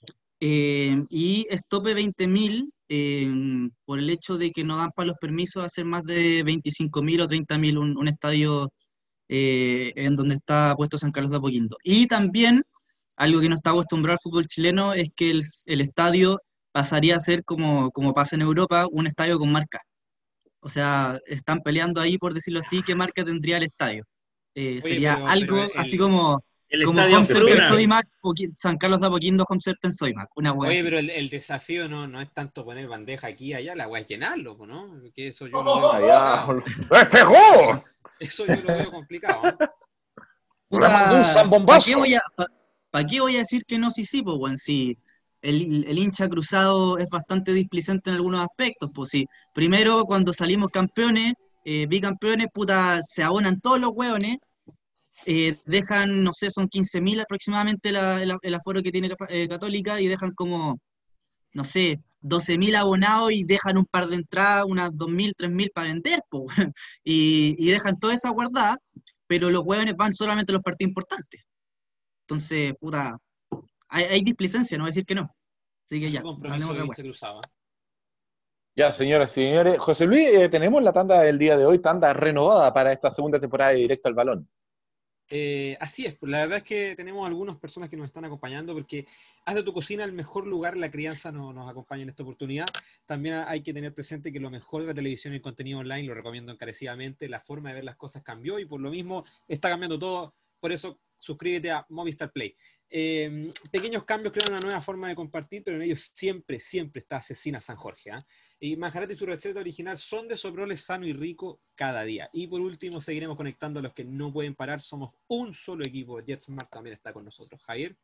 Speaker 6: y estope 20.000 por el hecho de que no dan para los permisos a hacer más de 25.000 o 30.000 un estadio en donde está puesto San Carlos de Apoquindo. Y también, algo que no está acostumbrado al fútbol chileno, es que el estadio pasaría a ser, como pasa en Europa, un estadio con marca. O sea, están peleando ahí, por decirlo así, qué marca tendría el estadio.
Speaker 4: oye,
Speaker 6: Sería
Speaker 4: pero
Speaker 6: algo así
Speaker 7: El
Speaker 6: como
Speaker 7: estadio
Speaker 6: Home Center
Speaker 7: Fruna.
Speaker 6: Soimac, San Carlos de Apoquindo, Home Center Soimac, una wea
Speaker 4: Oye,
Speaker 6: así.
Speaker 4: pero el desafío no es tanto poner bandeja aquí y allá, la weá es llenarlo, po, ¿no? Que eso yo lo veo
Speaker 3: Allá.
Speaker 4: complicado.
Speaker 3: ¡Despegó!
Speaker 4: Eso yo lo veo complicado, ¿no?
Speaker 3: Le mandó un
Speaker 6: Puta,
Speaker 3: zambombazo.
Speaker 6: ¿para qué voy a decir que no? Sí, pues, weón, si el hincha cruzado es bastante displicente en algunos aspectos, pues sí. Primero, cuando salimos campeones, bicampeones, puta, se abonan todos los hueones, dejan, no sé, son 15.000 aproximadamente el aforo que tiene Católica, y dejan como, no sé, 12.000 abonados y dejan un par de entradas, unas 2.000, 3.000 para vender, po, weón. Y dejan toda esa guardada, pero los hueones van solamente a los partidos importantes. Entonces, puta, hay displicencia, no voy a decir que no. Así que
Speaker 4: Ese
Speaker 6: ya,
Speaker 4: compromiso
Speaker 6: hablemos
Speaker 4: de
Speaker 6: de
Speaker 4: hincha cruzado.
Speaker 2: Ya, señoras y señores. José Luis, tenemos la tanda del día de hoy, tanda renovada para esta segunda temporada de Directo al Balón.
Speaker 4: Así es, pues la verdad es que tenemos algunas personas que nos están acompañando porque Haz de tu cocina el mejor lugar, la crianza nos acompaña en esta oportunidad. También hay que tener presente que lo mejor de la televisión y el contenido online, lo recomiendo encarecidamente, la forma de ver las cosas cambió y por lo mismo está cambiando todo, por eso suscríbete a Movistar Play. Pequeños cambios crean una nueva forma de compartir, pero en ellos siempre está Asesina San Jorge. Y Manjarate y su receta original son de soproles sano y rico cada día. Y por último, seguiremos conectando a los que no pueden parar. Somos un solo equipo. JetSmart también está con nosotros. Javier.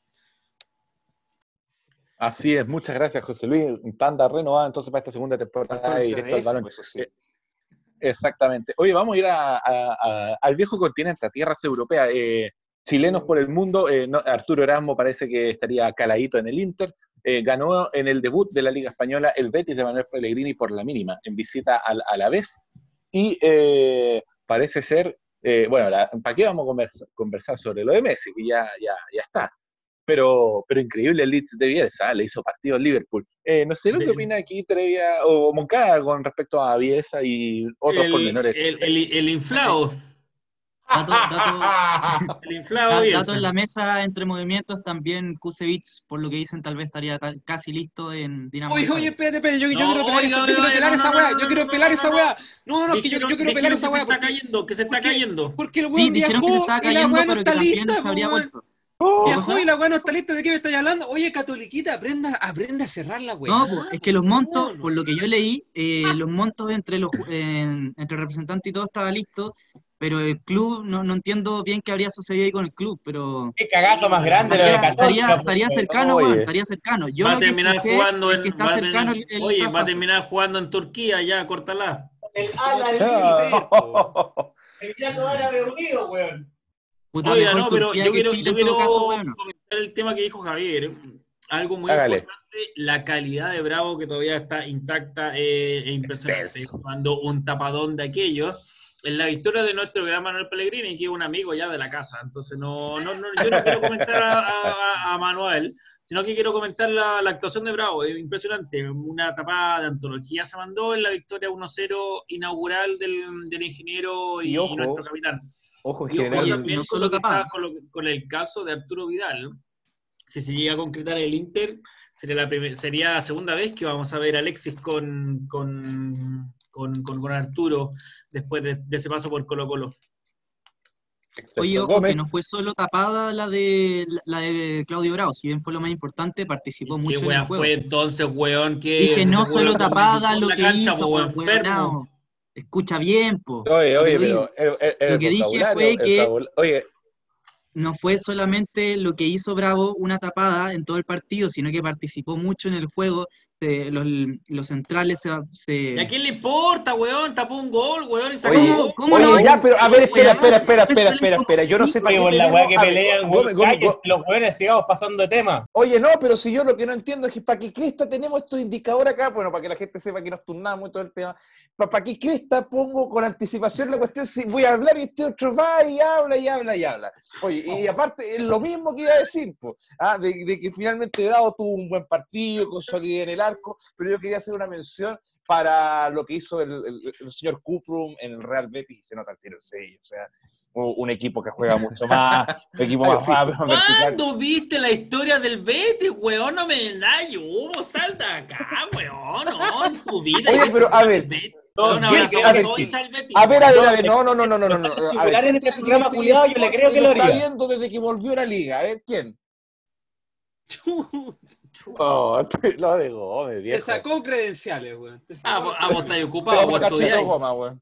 Speaker 2: Así es, muchas gracias, José Luis. Tanda renovada entonces para esta segunda temporada de Directo al Balón.
Speaker 3: Eso sí.
Speaker 2: Exactamente. Oye, vamos a ir al viejo continente, a tierras europeas. Chilenos por el mundo. Arturo Erasmo parece que estaría caladito en el Inter. Ganó en el debut de la Liga Española el Betis de Manuel Pellegrini por la mínima, en visita al Alavés. Y parece ser, bueno, ¿para qué vamos a conversar sobre lo de Messi? Que ya está. Pero increíble el Leeds de Bielsa, le hizo partido al Liverpool. No sé lo que opina aquí Trevia o Moncada con respecto a Bielsa y otros pormenores.
Speaker 7: El inflado. El inflado
Speaker 6: Dato
Speaker 7: Bielsa.
Speaker 6: en la mesa entre movimientos, también Kusevich, por lo que dicen, tal vez estaría casi listo en Dinamo.
Speaker 4: Oye, espérate, yo
Speaker 7: No,
Speaker 4: quiero pelar esa, yo quiero pelar esa weá, yo quiero pelar esa weá. No, que yo quiero pelar esa weá.
Speaker 7: Que se está cayendo.
Speaker 4: Porque el
Speaker 6: Sí,
Speaker 4: weón
Speaker 6: dijeron que se
Speaker 4: viajó
Speaker 6: estaba
Speaker 4: y la
Speaker 6: cayendo,
Speaker 4: weá no
Speaker 6: pero que
Speaker 4: está
Speaker 6: también
Speaker 4: lista,
Speaker 6: se habría
Speaker 4: weón.
Speaker 6: vuelto.
Speaker 4: Viajó y la weá no está lista, ¿de qué me estáis hablando? Oye, Catoliquita, aprenda a cerrar la weá.
Speaker 6: No, pues, es que los montos, por lo que yo leí, los montos entre el representante y todo estaba listo, pero el club, no entiendo bien qué habría sucedido ahí con el club, pero
Speaker 5: Qué cagazo más grande lo de Católica.
Speaker 6: estaría cercano,
Speaker 2: Oye.
Speaker 6: weón, estaría cercano. Yo
Speaker 7: Va a
Speaker 6: lo que
Speaker 7: terminar
Speaker 6: escuché
Speaker 7: jugando
Speaker 6: es
Speaker 7: en.
Speaker 6: que está cercano el
Speaker 7: Oye, va a
Speaker 6: traspaso.
Speaker 7: terminar jugando en Turquía, ya, córtala.
Speaker 5: El
Speaker 4: ¿Cómo
Speaker 5: ala
Speaker 4: tiene que
Speaker 5: del
Speaker 4: ser, po?
Speaker 5: Emirato Árabe Unido, weón.
Speaker 6: Puta,
Speaker 7: Oiga,
Speaker 6: mejor
Speaker 7: no, pero
Speaker 6: Turquía
Speaker 7: yo
Speaker 6: que
Speaker 7: quiero,
Speaker 6: Chile
Speaker 7: yo
Speaker 6: en todo
Speaker 7: quiero
Speaker 6: caso, weón.
Speaker 7: comentar el tema que dijo Javier. Algo muy
Speaker 2: Hágale.
Speaker 7: importante, la calidad de Bravo que todavía está intacta e impresionante.
Speaker 2: Excelso.
Speaker 7: Cuando un tapadón de aquellos, en la victoria de nuestro gran Manuel Pellegrini, que es un amigo ya de la casa. Entonces, yo no quiero comentar a Manuel, sino que quiero comentar la actuación de Bravo. Es impresionante. Una tapada de antología se mandó en la victoria 1-0 inaugural del ingeniero y
Speaker 3: Y ojo,
Speaker 7: nuestro capitán.
Speaker 3: Ojo, en
Speaker 7: Y ojo
Speaker 3: general,
Speaker 7: también
Speaker 6: no
Speaker 7: con
Speaker 6: solo
Speaker 7: lo que
Speaker 6: tapada.
Speaker 7: está con el caso de Arturo Vidal, ¿no? Si se llega a concretar el Inter, sería la segunda vez que vamos a ver a Alexis con Arturo después de ese paso por Colo-Colo.
Speaker 2: Excepto
Speaker 6: Oye, ojo,
Speaker 2: Gómez.
Speaker 6: que no fue solo tapada la de Claudio Bravo, si bien fue lo más importante, participó
Speaker 7: ¿Qué
Speaker 6: mucho en el
Speaker 7: weón
Speaker 6: juego.
Speaker 7: fue entonces, weón? Que
Speaker 6: Dije, no
Speaker 7: ese
Speaker 6: solo
Speaker 7: weón
Speaker 6: tapada
Speaker 7: en
Speaker 6: lo
Speaker 7: la
Speaker 6: que
Speaker 7: cancha,
Speaker 6: hizo,
Speaker 7: po,
Speaker 6: pues,
Speaker 7: weón,
Speaker 6: weonao.
Speaker 7: enfermo.
Speaker 6: Escucha bien, po.
Speaker 2: Oye,
Speaker 6: Lo que
Speaker 2: pero
Speaker 6: digo.
Speaker 2: el
Speaker 6: Lo que dije
Speaker 2: vocabulario,
Speaker 6: fue que
Speaker 2: oye,
Speaker 6: no fue solamente lo que hizo Bravo una tapada en todo el partido, sino que participó mucho en el juego. Los centrales
Speaker 7: ¿Y a quién le importa, weón? Tapó un gol, weón, y se
Speaker 3: Oye,
Speaker 7: acabó.
Speaker 6: ¿Cómo no?
Speaker 3: ya, pero a ver, espera.
Speaker 6: Espera,
Speaker 3: Yo no sé para
Speaker 5: Oye,
Speaker 3: qué
Speaker 5: por la weá
Speaker 3: tenemos.
Speaker 5: que
Speaker 3: A ver,
Speaker 5: pelean,
Speaker 2: Gómez,
Speaker 5: weón, que los weones sigamos pasando de tema.
Speaker 3: Oye, no, pero si yo lo que no entiendo es que para qué cresta tenemos estos indicadores acá, bueno, para que la gente sepa que nos turnamos y todo el tema. ¿Para qué cresta pongo con anticipación la cuestión si voy a hablar y este otro va y habla? Oye, y aparte, es lo mismo que iba a decir, pues, de que finalmente Bravo tuvo un buen partido, con solidez en el arco, pero yo quería hacer una mención para lo que hizo el señor Cuprum en el Real Betis, y se nota el tiro en sello, o sea, un equipo que juega mucho más, un equipo más rápido, más vertical.
Speaker 7: ¿Cuándo viste la historia del Betis, weón? No me da yugo, sal de acá, weón, no, en tu vida.
Speaker 3: Oye, pero a ver, a ver, no.
Speaker 5: Titular en este programa culiado, yo le creo que lo
Speaker 3: está
Speaker 5: haría.
Speaker 3: viendo desde que volvió a la liga, a ver, ¿quién?
Speaker 2: oh, lo de Gómez,
Speaker 4: Te
Speaker 2: viejo.
Speaker 4: sacó credenciales, weón. Te sacó
Speaker 7: Vos estáis ocupado, vos
Speaker 3: Cachete
Speaker 7: estudiáis.
Speaker 3: Goma, weón.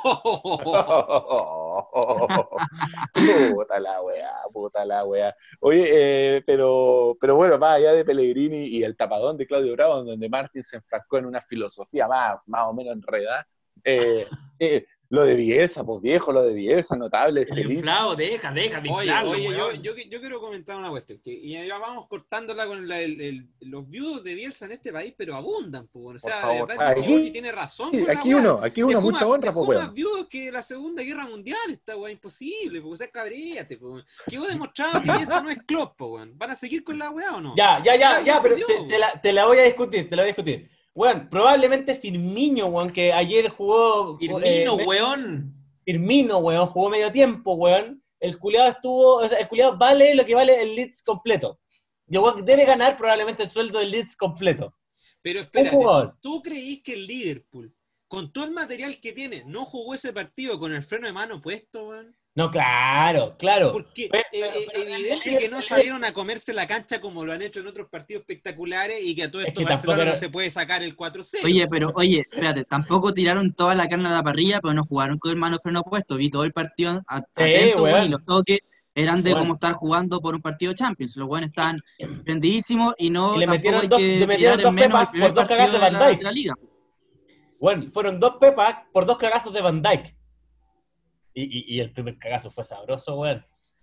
Speaker 2: Puta la weá. Oye, pero bueno, más allá de Pellegrini y el tapadón de Claudio Bravo, en donde Martín se enfrascó en una filosofía más o menos enredada, lo de Bielsa, pues viejo, lo de Bielsa, notable.
Speaker 7: El inflado, deja de inflarlo,
Speaker 4: Oye,
Speaker 7: weón.
Speaker 4: yo quiero comentar una cuestión. Y ya vamos cortándola con los viudos de Bielsa en este país, pero abundan, pues. O sea,
Speaker 3: Por favor.
Speaker 4: de verdad que Chihuahua tiene razón. con la
Speaker 2: Aquí
Speaker 4: weá.
Speaker 2: uno, mucha honra, pues
Speaker 4: dejó más
Speaker 2: weón.
Speaker 4: viudos que la Segunda Guerra Mundial, esta weá, imposible, porque o sea, cabríate, pues. Que vos demostrado que Bielsa no es Klopp, pues, weón. ¿Van a seguir con la weá o no?
Speaker 5: Ya, pero
Speaker 4: perdió,
Speaker 5: te la voy a discutir, Weón, probablemente Firmino, weón, que ayer jugó... Firmino, weón, jugó medio tiempo, weón. El culiado vale lo que vale el Leeds completo. Y el weón debe ganar probablemente el sueldo del Leeds completo.
Speaker 4: Pero espérate,
Speaker 5: Un jugador.
Speaker 4: ¿tú creís que el Liverpool, con todo el material que tiene, no jugó ese partido con el freno de mano puesto, weón?
Speaker 5: No, claro.
Speaker 4: Porque
Speaker 5: Pero
Speaker 4: evidente que no salieron a comerse la cancha como lo han hecho en otros partidos espectaculares y que a todo
Speaker 5: Es
Speaker 4: esto
Speaker 5: que
Speaker 4: Barcelona
Speaker 5: tampoco
Speaker 4: no se puede sacar el 4-0.
Speaker 6: Oye, espérate, tampoco tiraron toda la carne a la parrilla, pero no jugaron con el mano freno puesto. Vi todo el partido atento,
Speaker 5: weón.
Speaker 6: y los toques eran de
Speaker 5: Weón.
Speaker 6: cómo estar jugando por un partido Champions. Los buenos estaban prendidísimos y no
Speaker 5: Y le
Speaker 6: tampoco
Speaker 5: metieron
Speaker 6: hay que
Speaker 5: metieron
Speaker 6: tirar
Speaker 5: dos
Speaker 6: en menos
Speaker 5: pepas
Speaker 6: el primer
Speaker 5: por dos
Speaker 6: partido
Speaker 5: cagadas de Van Dijk.
Speaker 6: la liga.
Speaker 5: Bueno, fueron 2 pepas por 2 cagazos de Van Dijk. Y el primer cagazo fue sabroso, weón.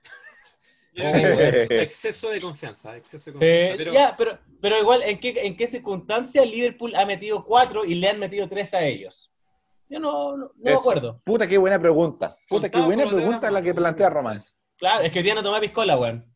Speaker 4: Exceso de confianza.
Speaker 5: Pero igual, ¿en qué circunstancia Liverpool ha metido 4 y le han metido 3 a ellos? Yo no me acuerdo.
Speaker 2: Puta, qué buena pregunta. Puta, qué
Speaker 4: Contado
Speaker 2: buena
Speaker 4: con los
Speaker 2: pregunta
Speaker 4: dedos
Speaker 2: la que
Speaker 4: manos,
Speaker 2: plantea
Speaker 4: weón.
Speaker 2: Román.
Speaker 5: Claro, es que hoy día no tomé piscola, weón.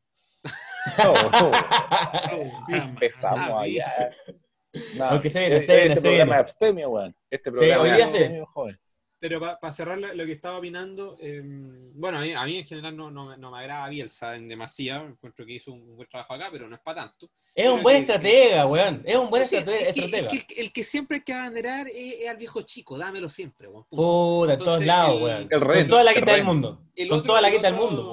Speaker 2: Empezamos allá. No,
Speaker 5: Aunque se viene.
Speaker 2: Programa de abstemio, weón. Este programa
Speaker 5: hoy
Speaker 2: de
Speaker 5: día
Speaker 2: abstemio, joven.
Speaker 4: Pero para cerrar lo que estaba opinando, bueno, a mí en general no me agrada Bielsa en demasía, encuentro que hizo un buen trabajo acá, pero no es para tanto.
Speaker 5: Es un buen estratega, weón. Es un buen estratega.
Speaker 4: Es que el que siempre hay que abanderar es al viejo chico, dámelo siempre, weón.
Speaker 5: Puta, en todos lados, weón.
Speaker 2: El rey.
Speaker 5: Con toda la quita del
Speaker 2: rey.
Speaker 5: mundo.
Speaker 4: El
Speaker 5: Con
Speaker 4: otro-
Speaker 5: toda la
Speaker 4: el
Speaker 5: quita del
Speaker 4: otro-
Speaker 5: mundo, weón.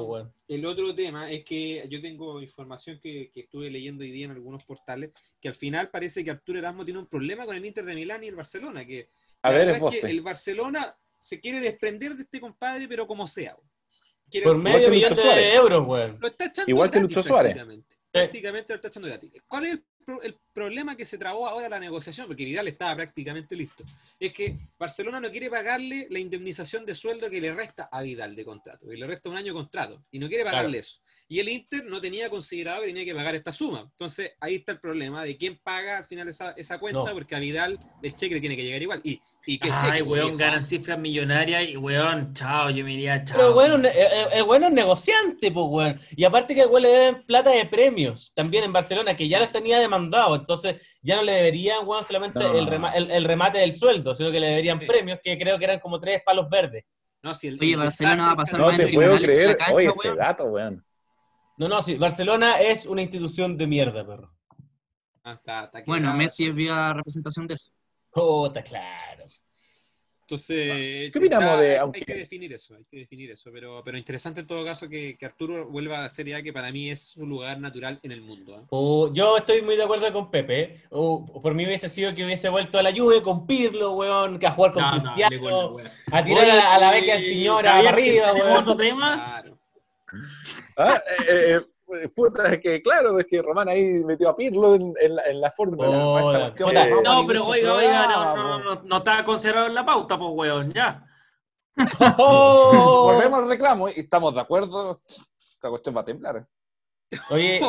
Speaker 4: el otro tema es que yo tengo información que estuve leyendo hoy día en algunos portales, que al final parece que Arturo Erasmo tiene un problema con el Inter de Milán y el Barcelona, que
Speaker 2: A
Speaker 4: la
Speaker 2: ver,
Speaker 4: verdad
Speaker 2: es
Speaker 4: es que
Speaker 2: vos.
Speaker 4: el Barcelona se quiere desprender de este compadre, pero como sea. Quiere,
Speaker 5: Por
Speaker 2: Igual
Speaker 5: medio
Speaker 2: que
Speaker 5: millón
Speaker 2: Lucho
Speaker 5: de
Speaker 2: Suárez.
Speaker 5: euros, weón.
Speaker 4: lo está echando
Speaker 2: Igual que
Speaker 4: gratis
Speaker 2: Lucho Suárez.
Speaker 4: prácticamente. Prácticamente lo está echando gratis. ¿Cuál es el problema que se trabó ahora la negociación? Porque Vidal estaba prácticamente listo. Es que Barcelona no quiere pagarle la indemnización de sueldo que le resta a Vidal de contrato, que le resta un año de contrato, y no quiere pagarle eso. Y el Inter no tenía considerado que tenía que pagar esta suma. Entonces ahí está el problema de quién paga al final esa cuenta, porque a Vidal el cheque le tiene que llegar igual. ¿Y qué cheque?
Speaker 7: Weón, ganan cifras millonarias y weón, chao, yo me iría chao.
Speaker 5: Pero bueno, el bueno es negociante, pues, weón. Y aparte que el weón le deben plata de premios también en Barcelona, que ya los tenía demandado. Entonces ya no le deberían, weón, solamente el remate del sueldo, sino que le deberían premios, que creo que eran como 3 palos verdes.
Speaker 4: No, si el,
Speaker 6: Oye,
Speaker 4: el
Speaker 6: Barcelona va a pasar
Speaker 2: No
Speaker 6: más
Speaker 2: te
Speaker 6: en
Speaker 2: puedo
Speaker 6: tribunales que en la
Speaker 2: creer.
Speaker 6: cancha,
Speaker 2: Oye, ese
Speaker 6: weón.
Speaker 2: dato, weón.
Speaker 5: No, sí, Barcelona es una institución de mierda, perro.
Speaker 4: está
Speaker 6: Bueno,
Speaker 4: quebrado
Speaker 6: Messi
Speaker 4: eso.
Speaker 6: es viva representación de eso.
Speaker 5: Puta, claro.
Speaker 4: Entonces,
Speaker 2: ¿Qué opinamos de-
Speaker 4: hay
Speaker 2: aunque-
Speaker 4: que definir eso, pero interesante en todo caso que Arturo vuelva a Serie A, que para mí es su lugar natural en el mundo. ¿Eh?
Speaker 5: Yo estoy muy de acuerdo con Pepe. Por mí hubiese sido que hubiese vuelto a la Juve con Pirlo, weón, que a jugar con
Speaker 7: No, dale
Speaker 5: Cristiano,
Speaker 7: con la wea.
Speaker 5: a tirar
Speaker 7: Oye,
Speaker 5: a la beca señora
Speaker 7: Javier,
Speaker 5: para arriba,
Speaker 7: ¿tenemos
Speaker 5: weón.
Speaker 7: otro tema?
Speaker 4: Claro.
Speaker 2: Ah, puta, es que claro, es que Román ahí metió a Pirlo en la fórmula.
Speaker 5: Oh,
Speaker 2: Esta cuestión
Speaker 5: puta.
Speaker 2: que-
Speaker 3: Vamos al
Speaker 7: No, pero
Speaker 3: inicio del
Speaker 7: oiga,
Speaker 3: programa,
Speaker 7: no estaba considerado en la pauta, pues weón, ya.
Speaker 5: Oh.
Speaker 3: Volvemos al reclamo y estamos de acuerdo. Esta cuestión va a temblar.
Speaker 5: Oye,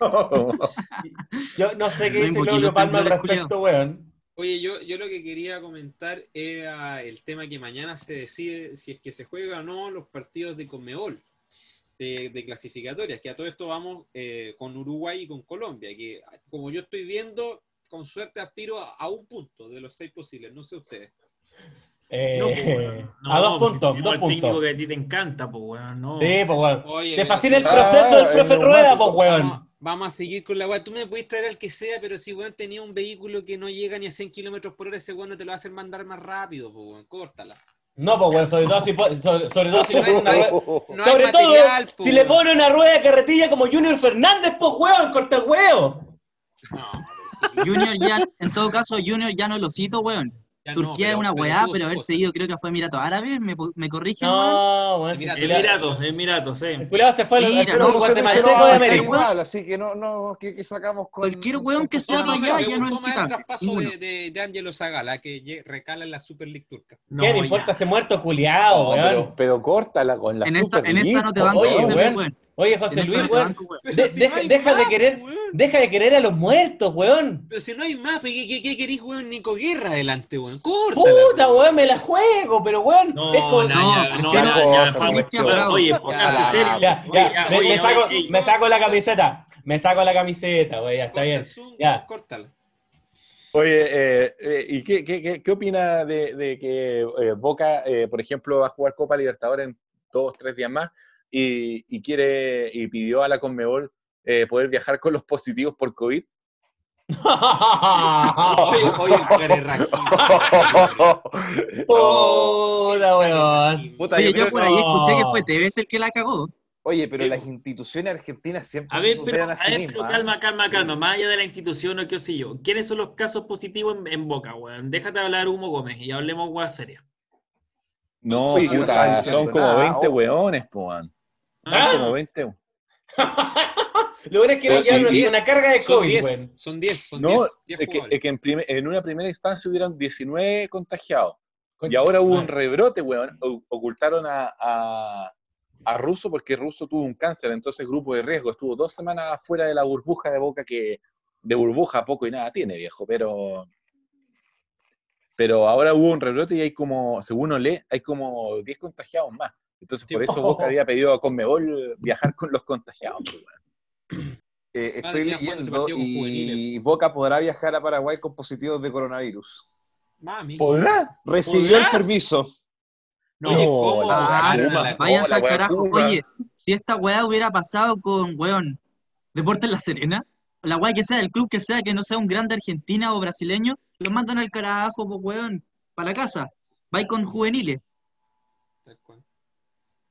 Speaker 5: yo no sé qué
Speaker 6: No
Speaker 5: dice
Speaker 6: invoqué
Speaker 5: Claudio
Speaker 6: los
Speaker 5: Palma al
Speaker 6: temblores,
Speaker 5: respecto, weón.
Speaker 4: Oye, yo lo que quería comentar era el tema que mañana se decide si es que se juega o no los partidos de Conmebol, de clasificatorias, que a todo esto vamos con Uruguay y con Colombia, que como yo estoy viendo, con suerte aspiro a un punto de los 6 posibles, no sé ustedes.
Speaker 7: No, pues, weón.
Speaker 5: A 2
Speaker 7: pues,
Speaker 5: puntos,
Speaker 7: tenemos
Speaker 5: 2
Speaker 7: el técnico
Speaker 5: puntos.
Speaker 7: que a ti te encanta, pues weón, no.
Speaker 5: Sí, pues weón.
Speaker 4: Oye,
Speaker 5: Te
Speaker 4: pero
Speaker 5: fascina
Speaker 4: si
Speaker 5: el proceso del profe
Speaker 2: el
Speaker 5: Rueda,
Speaker 2: neumático.
Speaker 5: pues weón.
Speaker 4: Vamos a seguir con la weá. Tú me puedes traer al que sea, pero si weón tenía un vehículo que no llega ni a 100 kilómetros por hora, ese weón no te lo va a hacer mandar más rápido, pues weón. Córtala.
Speaker 5: No, pues weón, sobre todo si le pone una rueda.
Speaker 4: No hay
Speaker 5: Sobre todo,
Speaker 4: material, po,
Speaker 5: si le
Speaker 4: weón.
Speaker 5: pone una rueda de carretilla como Junior Fernández, pues weón, corta el huevo.
Speaker 4: No, pero si-
Speaker 6: Junior ya, en todo caso, Junior ya no lo cito, weón.
Speaker 4: ya no,
Speaker 6: Turquía es una
Speaker 4: pero
Speaker 6: weá,
Speaker 4: tuvo
Speaker 6: pero
Speaker 4: sus
Speaker 6: haber
Speaker 4: cosas.
Speaker 6: seguido, creo que fue Emiratos Árabes, me corrigen, weón.
Speaker 5: No, weón.
Speaker 4: Mira,
Speaker 7: Emiratos, sí.
Speaker 5: El culiao se fue al
Speaker 6: Mira,
Speaker 5: fútbol
Speaker 6: no,
Speaker 5: guatemalteco
Speaker 6: pero
Speaker 5: de
Speaker 6: se
Speaker 5: América.
Speaker 6: mencionó-
Speaker 3: Igual, así que que sacamos con...
Speaker 6: Cualquier weón que sea
Speaker 4: No,
Speaker 6: para
Speaker 4: pero
Speaker 6: allá
Speaker 4: me
Speaker 6: ya no es
Speaker 4: gustó más el
Speaker 6: citable.
Speaker 4: traspaso
Speaker 6: Ninguno.
Speaker 4: de Ángelo Zagala, que recala en la Super League turca.
Speaker 5: ¿Qué le importa ese muerto culiao,
Speaker 2: No,
Speaker 5: weón?
Speaker 2: pero córtala con la
Speaker 6: En esta
Speaker 2: Super League,
Speaker 6: no te
Speaker 2: po,
Speaker 6: banco,
Speaker 5: Oye,
Speaker 6: José
Speaker 5: weón.
Speaker 6: Luis, weón.
Speaker 5: Oye,
Speaker 6: En
Speaker 5: José
Speaker 6: esta
Speaker 5: Luis,
Speaker 6: no te
Speaker 5: weón.
Speaker 6: banco, weón.
Speaker 4: Pero si no hay más, weón.
Speaker 5: Deja de querer a los muertos, weón.
Speaker 4: Pero si no hay más, ¿qué querís, weón? Nico Guerra adelante, weón. Córtala.
Speaker 5: Puta, weón, me la juego, pero weón.
Speaker 7: No,
Speaker 5: es como...
Speaker 7: no, ya,
Speaker 6: no,
Speaker 7: ya,
Speaker 2: no,
Speaker 7: Pablo,
Speaker 6: Cristian Bravo.
Speaker 7: oye, póngase
Speaker 4: Ya,
Speaker 7: serio.
Speaker 5: Ya,
Speaker 7: Oye,
Speaker 5: me saco la camiseta. Me saco la camiseta, güey, ya está
Speaker 4: Corta
Speaker 5: bien.
Speaker 4: el Zoom,
Speaker 5: Ya.
Speaker 4: córtala.
Speaker 2: Oye, ¿y qué opina de que Boca, por ejemplo, va a jugar Copa Libertadores en 2-3 días más y pidió a la Conmebol poder viajar con los positivos por COVID?
Speaker 4: Oye, el carerrajín.
Speaker 5: Puta, weón.
Speaker 3: Puta,
Speaker 6: Oye,
Speaker 3: yo creo
Speaker 6: yo por
Speaker 3: que-
Speaker 6: ahí
Speaker 5: no.
Speaker 6: escuché que fue Tevez el que la cagó.
Speaker 3: Oye, pero
Speaker 4: Sí,
Speaker 3: las
Speaker 4: po.
Speaker 3: instituciones argentinas siempre
Speaker 7: A
Speaker 3: se
Speaker 7: ver, pero,
Speaker 3: superan a sí mismas.
Speaker 7: calma. Más allá de la institución o qué sé yo. ¿Quiénes son los casos positivos en Boca, weón? Déjate hablar Hugo Gómez y hablemos weón seria.
Speaker 2: No,
Speaker 3: Oye, que no estaba
Speaker 2: puta,
Speaker 3: diciendo
Speaker 2: son como
Speaker 3: nada,
Speaker 2: 20
Speaker 3: oh.
Speaker 2: weones, po, man. Son
Speaker 7: Ah.
Speaker 2: como 20.
Speaker 5: Lo bueno es que
Speaker 4: Pero
Speaker 5: nos llevan
Speaker 4: son 10,
Speaker 5: una carga de
Speaker 4: son
Speaker 5: COVID,
Speaker 4: 10,
Speaker 5: weón.
Speaker 4: son 10
Speaker 2: No,
Speaker 4: 10
Speaker 2: es
Speaker 4: jugadores.
Speaker 2: que en una primera instancia hubieran 19 contagiados. Y
Speaker 5: Concha
Speaker 2: ahora
Speaker 5: su
Speaker 2: hubo un
Speaker 5: madre.
Speaker 2: rebrote, weón. Ocultaron a Russo porque Russo tuvo un cáncer, entonces grupo de riesgo. Estuvo 2 semanas fuera de la burbuja de Boca, que de burbuja poco y nada tiene, viejo. Pero ahora hubo un rebrote y hay como, según Olé, hay como 10 contagiados más. Entonces por eso Boca había pedido a Conmebol viajar con los contagiados, weón.
Speaker 3: Estoy
Speaker 4: ya jugando ese
Speaker 3: leyendo
Speaker 4: partido con
Speaker 3: y
Speaker 4: juveniles.
Speaker 3: Boca podrá viajar a Paraguay con positivos de coronavirus.
Speaker 4: Mami.
Speaker 2: ¿Podrá?
Speaker 3: Recibió
Speaker 7: ¿Podrá?
Speaker 3: el permiso.
Speaker 7: No,
Speaker 4: Oye, ¿cómo
Speaker 2: la
Speaker 4: bajaron
Speaker 2: Kuma,
Speaker 4: a la-
Speaker 6: Váyanse
Speaker 2: la
Speaker 6: al
Speaker 2: weá
Speaker 6: carajo.
Speaker 2: Kuma.
Speaker 6: Oye, si esta weá hubiera pasado con, weón, Deportes La Serena, la weá que sea, el club que sea, que no sea un grande argentina o brasileño, los mandan al carajo, pues weón, para la casa. Va con juveniles.
Speaker 4: Tal cual.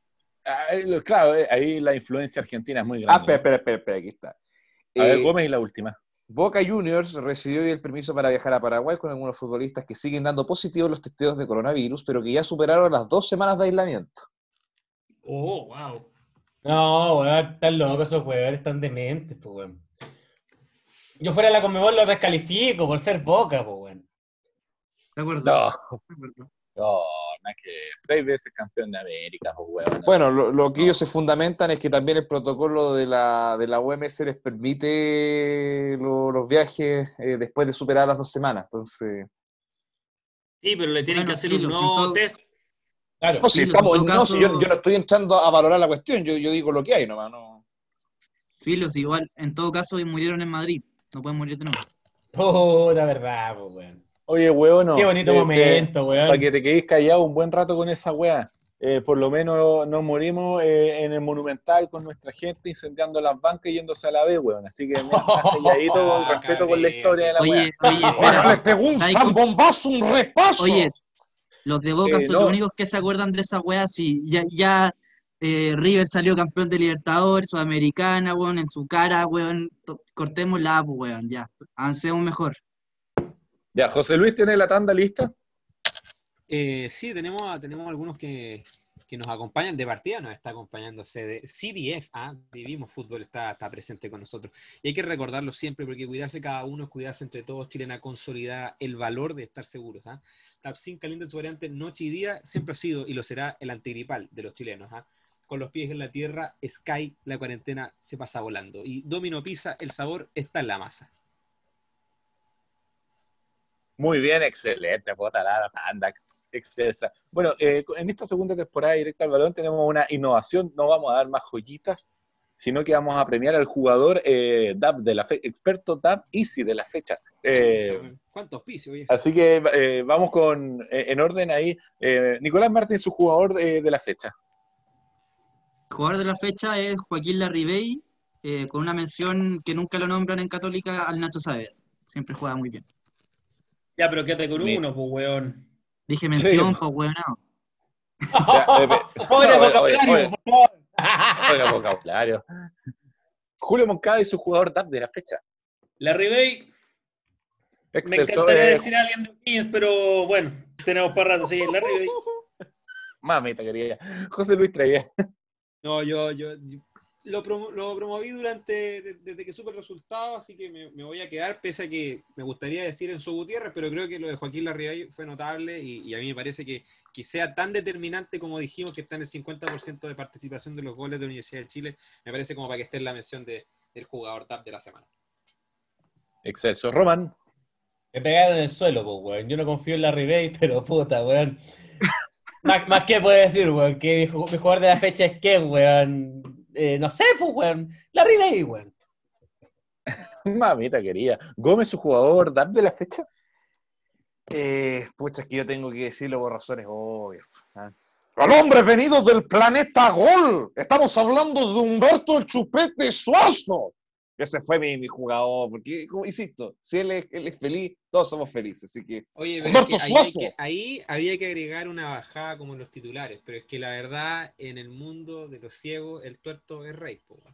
Speaker 2: Claro, ahí la influencia argentina es muy
Speaker 3: Ah,
Speaker 2: grande.
Speaker 3: espera, aquí está.
Speaker 2: A ver, Gómez y la última.
Speaker 3: Boca Juniors recibió hoy el permiso para viajar a Paraguay con algunos futbolistas que siguen dando positivos los testeos de coronavirus, pero que ya superaron las 2 semanas de aislamiento.
Speaker 7: Oh, wow.
Speaker 5: No, weón, están locos esos weones, están dementes, pues, weón. Yo fuera de la Conmebol los descalifico por ser Boca, pues, weón.
Speaker 6: De acuerdo.
Speaker 2: No,
Speaker 6: De acuerdo.
Speaker 2: no es que 6 veces campeón de América, pues, huevón.
Speaker 3: Bueno, lo que ellos se fundamentan es que también el protocolo de la OMS les permite los viajes después de superar las 2 semanas. Entonces,
Speaker 7: Sí, pero le tienen
Speaker 6: Bueno,
Speaker 7: que hacer
Speaker 6: filo,
Speaker 7: un
Speaker 6: si
Speaker 7: nuevo
Speaker 6: todo-
Speaker 7: test.
Speaker 5: Claro.
Speaker 3: no, si
Speaker 6: Filo,
Speaker 3: estamos,
Speaker 6: en todo
Speaker 3: no, si
Speaker 6: caso-
Speaker 3: yo no estoy entrando a valorar la cuestión, yo digo lo que hay nomás, no.
Speaker 6: Filos, igual, en todo caso, murieron en Madrid. No pueden morir de nuevo.
Speaker 5: Puta verdad, pues, weón.
Speaker 2: Oye, huevón, no.
Speaker 5: Qué bonito momento, weón.
Speaker 2: Para que te quedéis callado un buen rato con esa weá. Por lo menos nos morimos en el Monumental con nuestra gente incendiando las bancas y yéndose a la B, weón. Así que más calladito, con
Speaker 4: Ah,
Speaker 2: respeto con la historia de la
Speaker 6: Oye,
Speaker 2: weá.
Speaker 6: oye,
Speaker 3: Ahora
Speaker 6: espérate.
Speaker 3: les pegó un
Speaker 6: ¿Sabes cómo?
Speaker 3: zambombazo, un repaso.
Speaker 6: Oye, los de Boca son
Speaker 2: no.
Speaker 6: los únicos que se acuerdan de esa weá. Si ya River salió campeón de Libertadores, Sudamericana, weón, en su cara, weón. Cortémosla, pues, weón, ya. Avancemos mejor.
Speaker 2: Ya, José Luis, ¿tiene la tanda lista?
Speaker 4: Sí, tenemos algunos que nos acompañan. De partida nos está acompañando CDF, Vivimos Fútbol, está presente con nosotros. Y hay que recordarlo siempre, porque cuidarse cada uno es cuidarse entre todos. Chilena consolida el valor de estar seguros. Tapsin calienta en su variante noche y día, siempre ha sido y lo será el antigripal de los chilenos. Con los pies en la tierra, Sky, la cuarentena se pasa volando. Y Domino Pizza, el sabor está en la masa.
Speaker 2: Muy bien, excelente, puta la tanda, excelsa. Bueno, en esta segunda temporada de Directo al Balón tenemos una innovación, no vamos a dar más joyitas, sino que vamos a premiar al jugador DAP de la experto DAP Easy de la fecha.
Speaker 4: ¿Cuántos pisos?
Speaker 2: Así que vamos en orden ahí. Nicolás Martín, su jugador de la fecha.
Speaker 6: El jugador de la fecha es Joaquín Larribey, con una mención que nunca lo nombran en Católica al Nacho Saavedra. Siempre juega muy bien.
Speaker 7: Ya, pero quédate con
Speaker 2: Mi-
Speaker 7: uno, pues, weón.
Speaker 6: Dije mención,
Speaker 2: Sí.
Speaker 6: pues, weonado.
Speaker 5: Pobre
Speaker 2: Oye,
Speaker 5: vocabulario, por favor.
Speaker 2: oiga, vocabulario. Julio Moncada y su jugador DAP de la fecha.
Speaker 7: Larry Bay, me
Speaker 2: Excelso,
Speaker 7: encantaría decir a alguien de O'Higgins, pero bueno, tenemos para rato. Sí, Larry Bay.
Speaker 2: mamita querida. José Luis Treviño.
Speaker 4: No, yo lo promoví desde que supe el resultado, así que me voy a quedar, pese a que me gustaría decir Enzo Gutiérrez, pero creo que lo de Joaquín Larribey fue notable y a mí me parece que sea tan determinante como dijimos, que está en el 50% de participación de los goles de la Universidad de Chile, me parece como para que esté en la mención del jugador TAP de la semana.
Speaker 2: Excelso. Román.
Speaker 5: Me pegaron en el suelo, pues, weón. Yo no confío en la Ribey, pero puta, weón. Más que puede decir, weón, que mi jugador de la fecha es que, weón. No sé, pues, weón. La Ribey, weón.
Speaker 2: Mamita querida. Gómez, su jugador DAP de la fecha.
Speaker 3: Pucha, es que yo tengo que decirlo por razones obvias. ¡Al hombre venido del planeta Gol! Estamos hablando de Humberto el Chupete Suazo. Ese fue mi jugador, porque, como insisto, si él es feliz, todos somos felices, así que...
Speaker 4: Oye, pero es que
Speaker 3: Suazo.
Speaker 4: ahí había que agregar una bajada como en los titulares, pero es que la verdad, en el mundo de los ciegos, el tuerto es rey, po.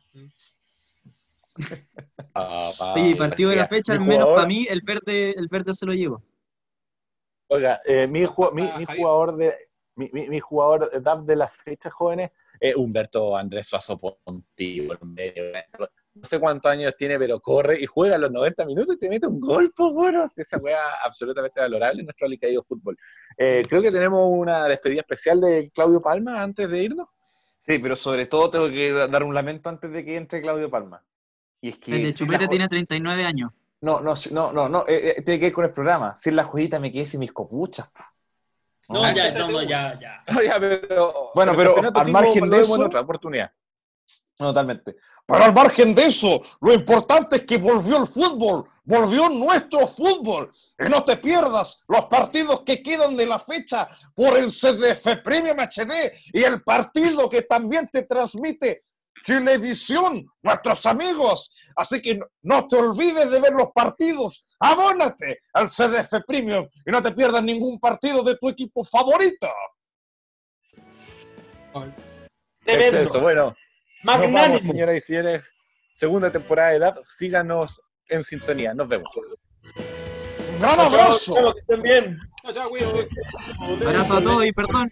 Speaker 6: Oye, partido de la fecha, al menos para mí, el verde se lo llevo.
Speaker 2: Oiga, mi jugador DAP de las fechas jóvenes es Humberto Andrés Suazo Ponti. No sé cuántos años tiene, pero corre y juega los 90 minutos y te mete un gol, pues bueno, esa weá absolutamente valorable en nuestro alicaído fútbol. Creo que tenemos una despedida especial de Claudio Palma antes de irnos.
Speaker 3: Sí, pero sobre todo tengo que dar un lamento antes de que entre Claudio Palma. Y es que
Speaker 6: El de Chupete tiene 39 años.
Speaker 3: No, tiene que ir con el programa. Si en la joyita me quedé sin mis copuchas.
Speaker 7: No, ya.
Speaker 2: Oye, pero
Speaker 3: al margen de eso,
Speaker 2: en otra oportunidad.
Speaker 3: No, totalmente. Pero al margen de eso, lo importante es que volvió el fútbol, volvió nuestro fútbol. Y no te pierdas los partidos que quedan de la fecha por el CDF Premium HD y el partido que también te transmite Chilevisión, nuestros amigos. Así que no te olvides de ver los partidos. Abónate al CDF Premium y no te pierdas ningún partido de tu equipo favorito.
Speaker 5: Tremendo.
Speaker 2: Excelso. Bueno, nos vamos,
Speaker 5: Magnánimo.
Speaker 2: señoras y señores. Segunda temporada de DAP. Síganos en sintonía. Nos vemos.
Speaker 3: ¡Un gran abrazo!
Speaker 5: Chao, que estén bien.
Speaker 4: Chao, chao, cuídense.
Speaker 6: Abrazo a todos y perdón.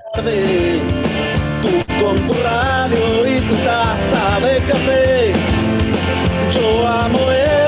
Speaker 1: Tú con tu radio y tu taza de café. Yo amo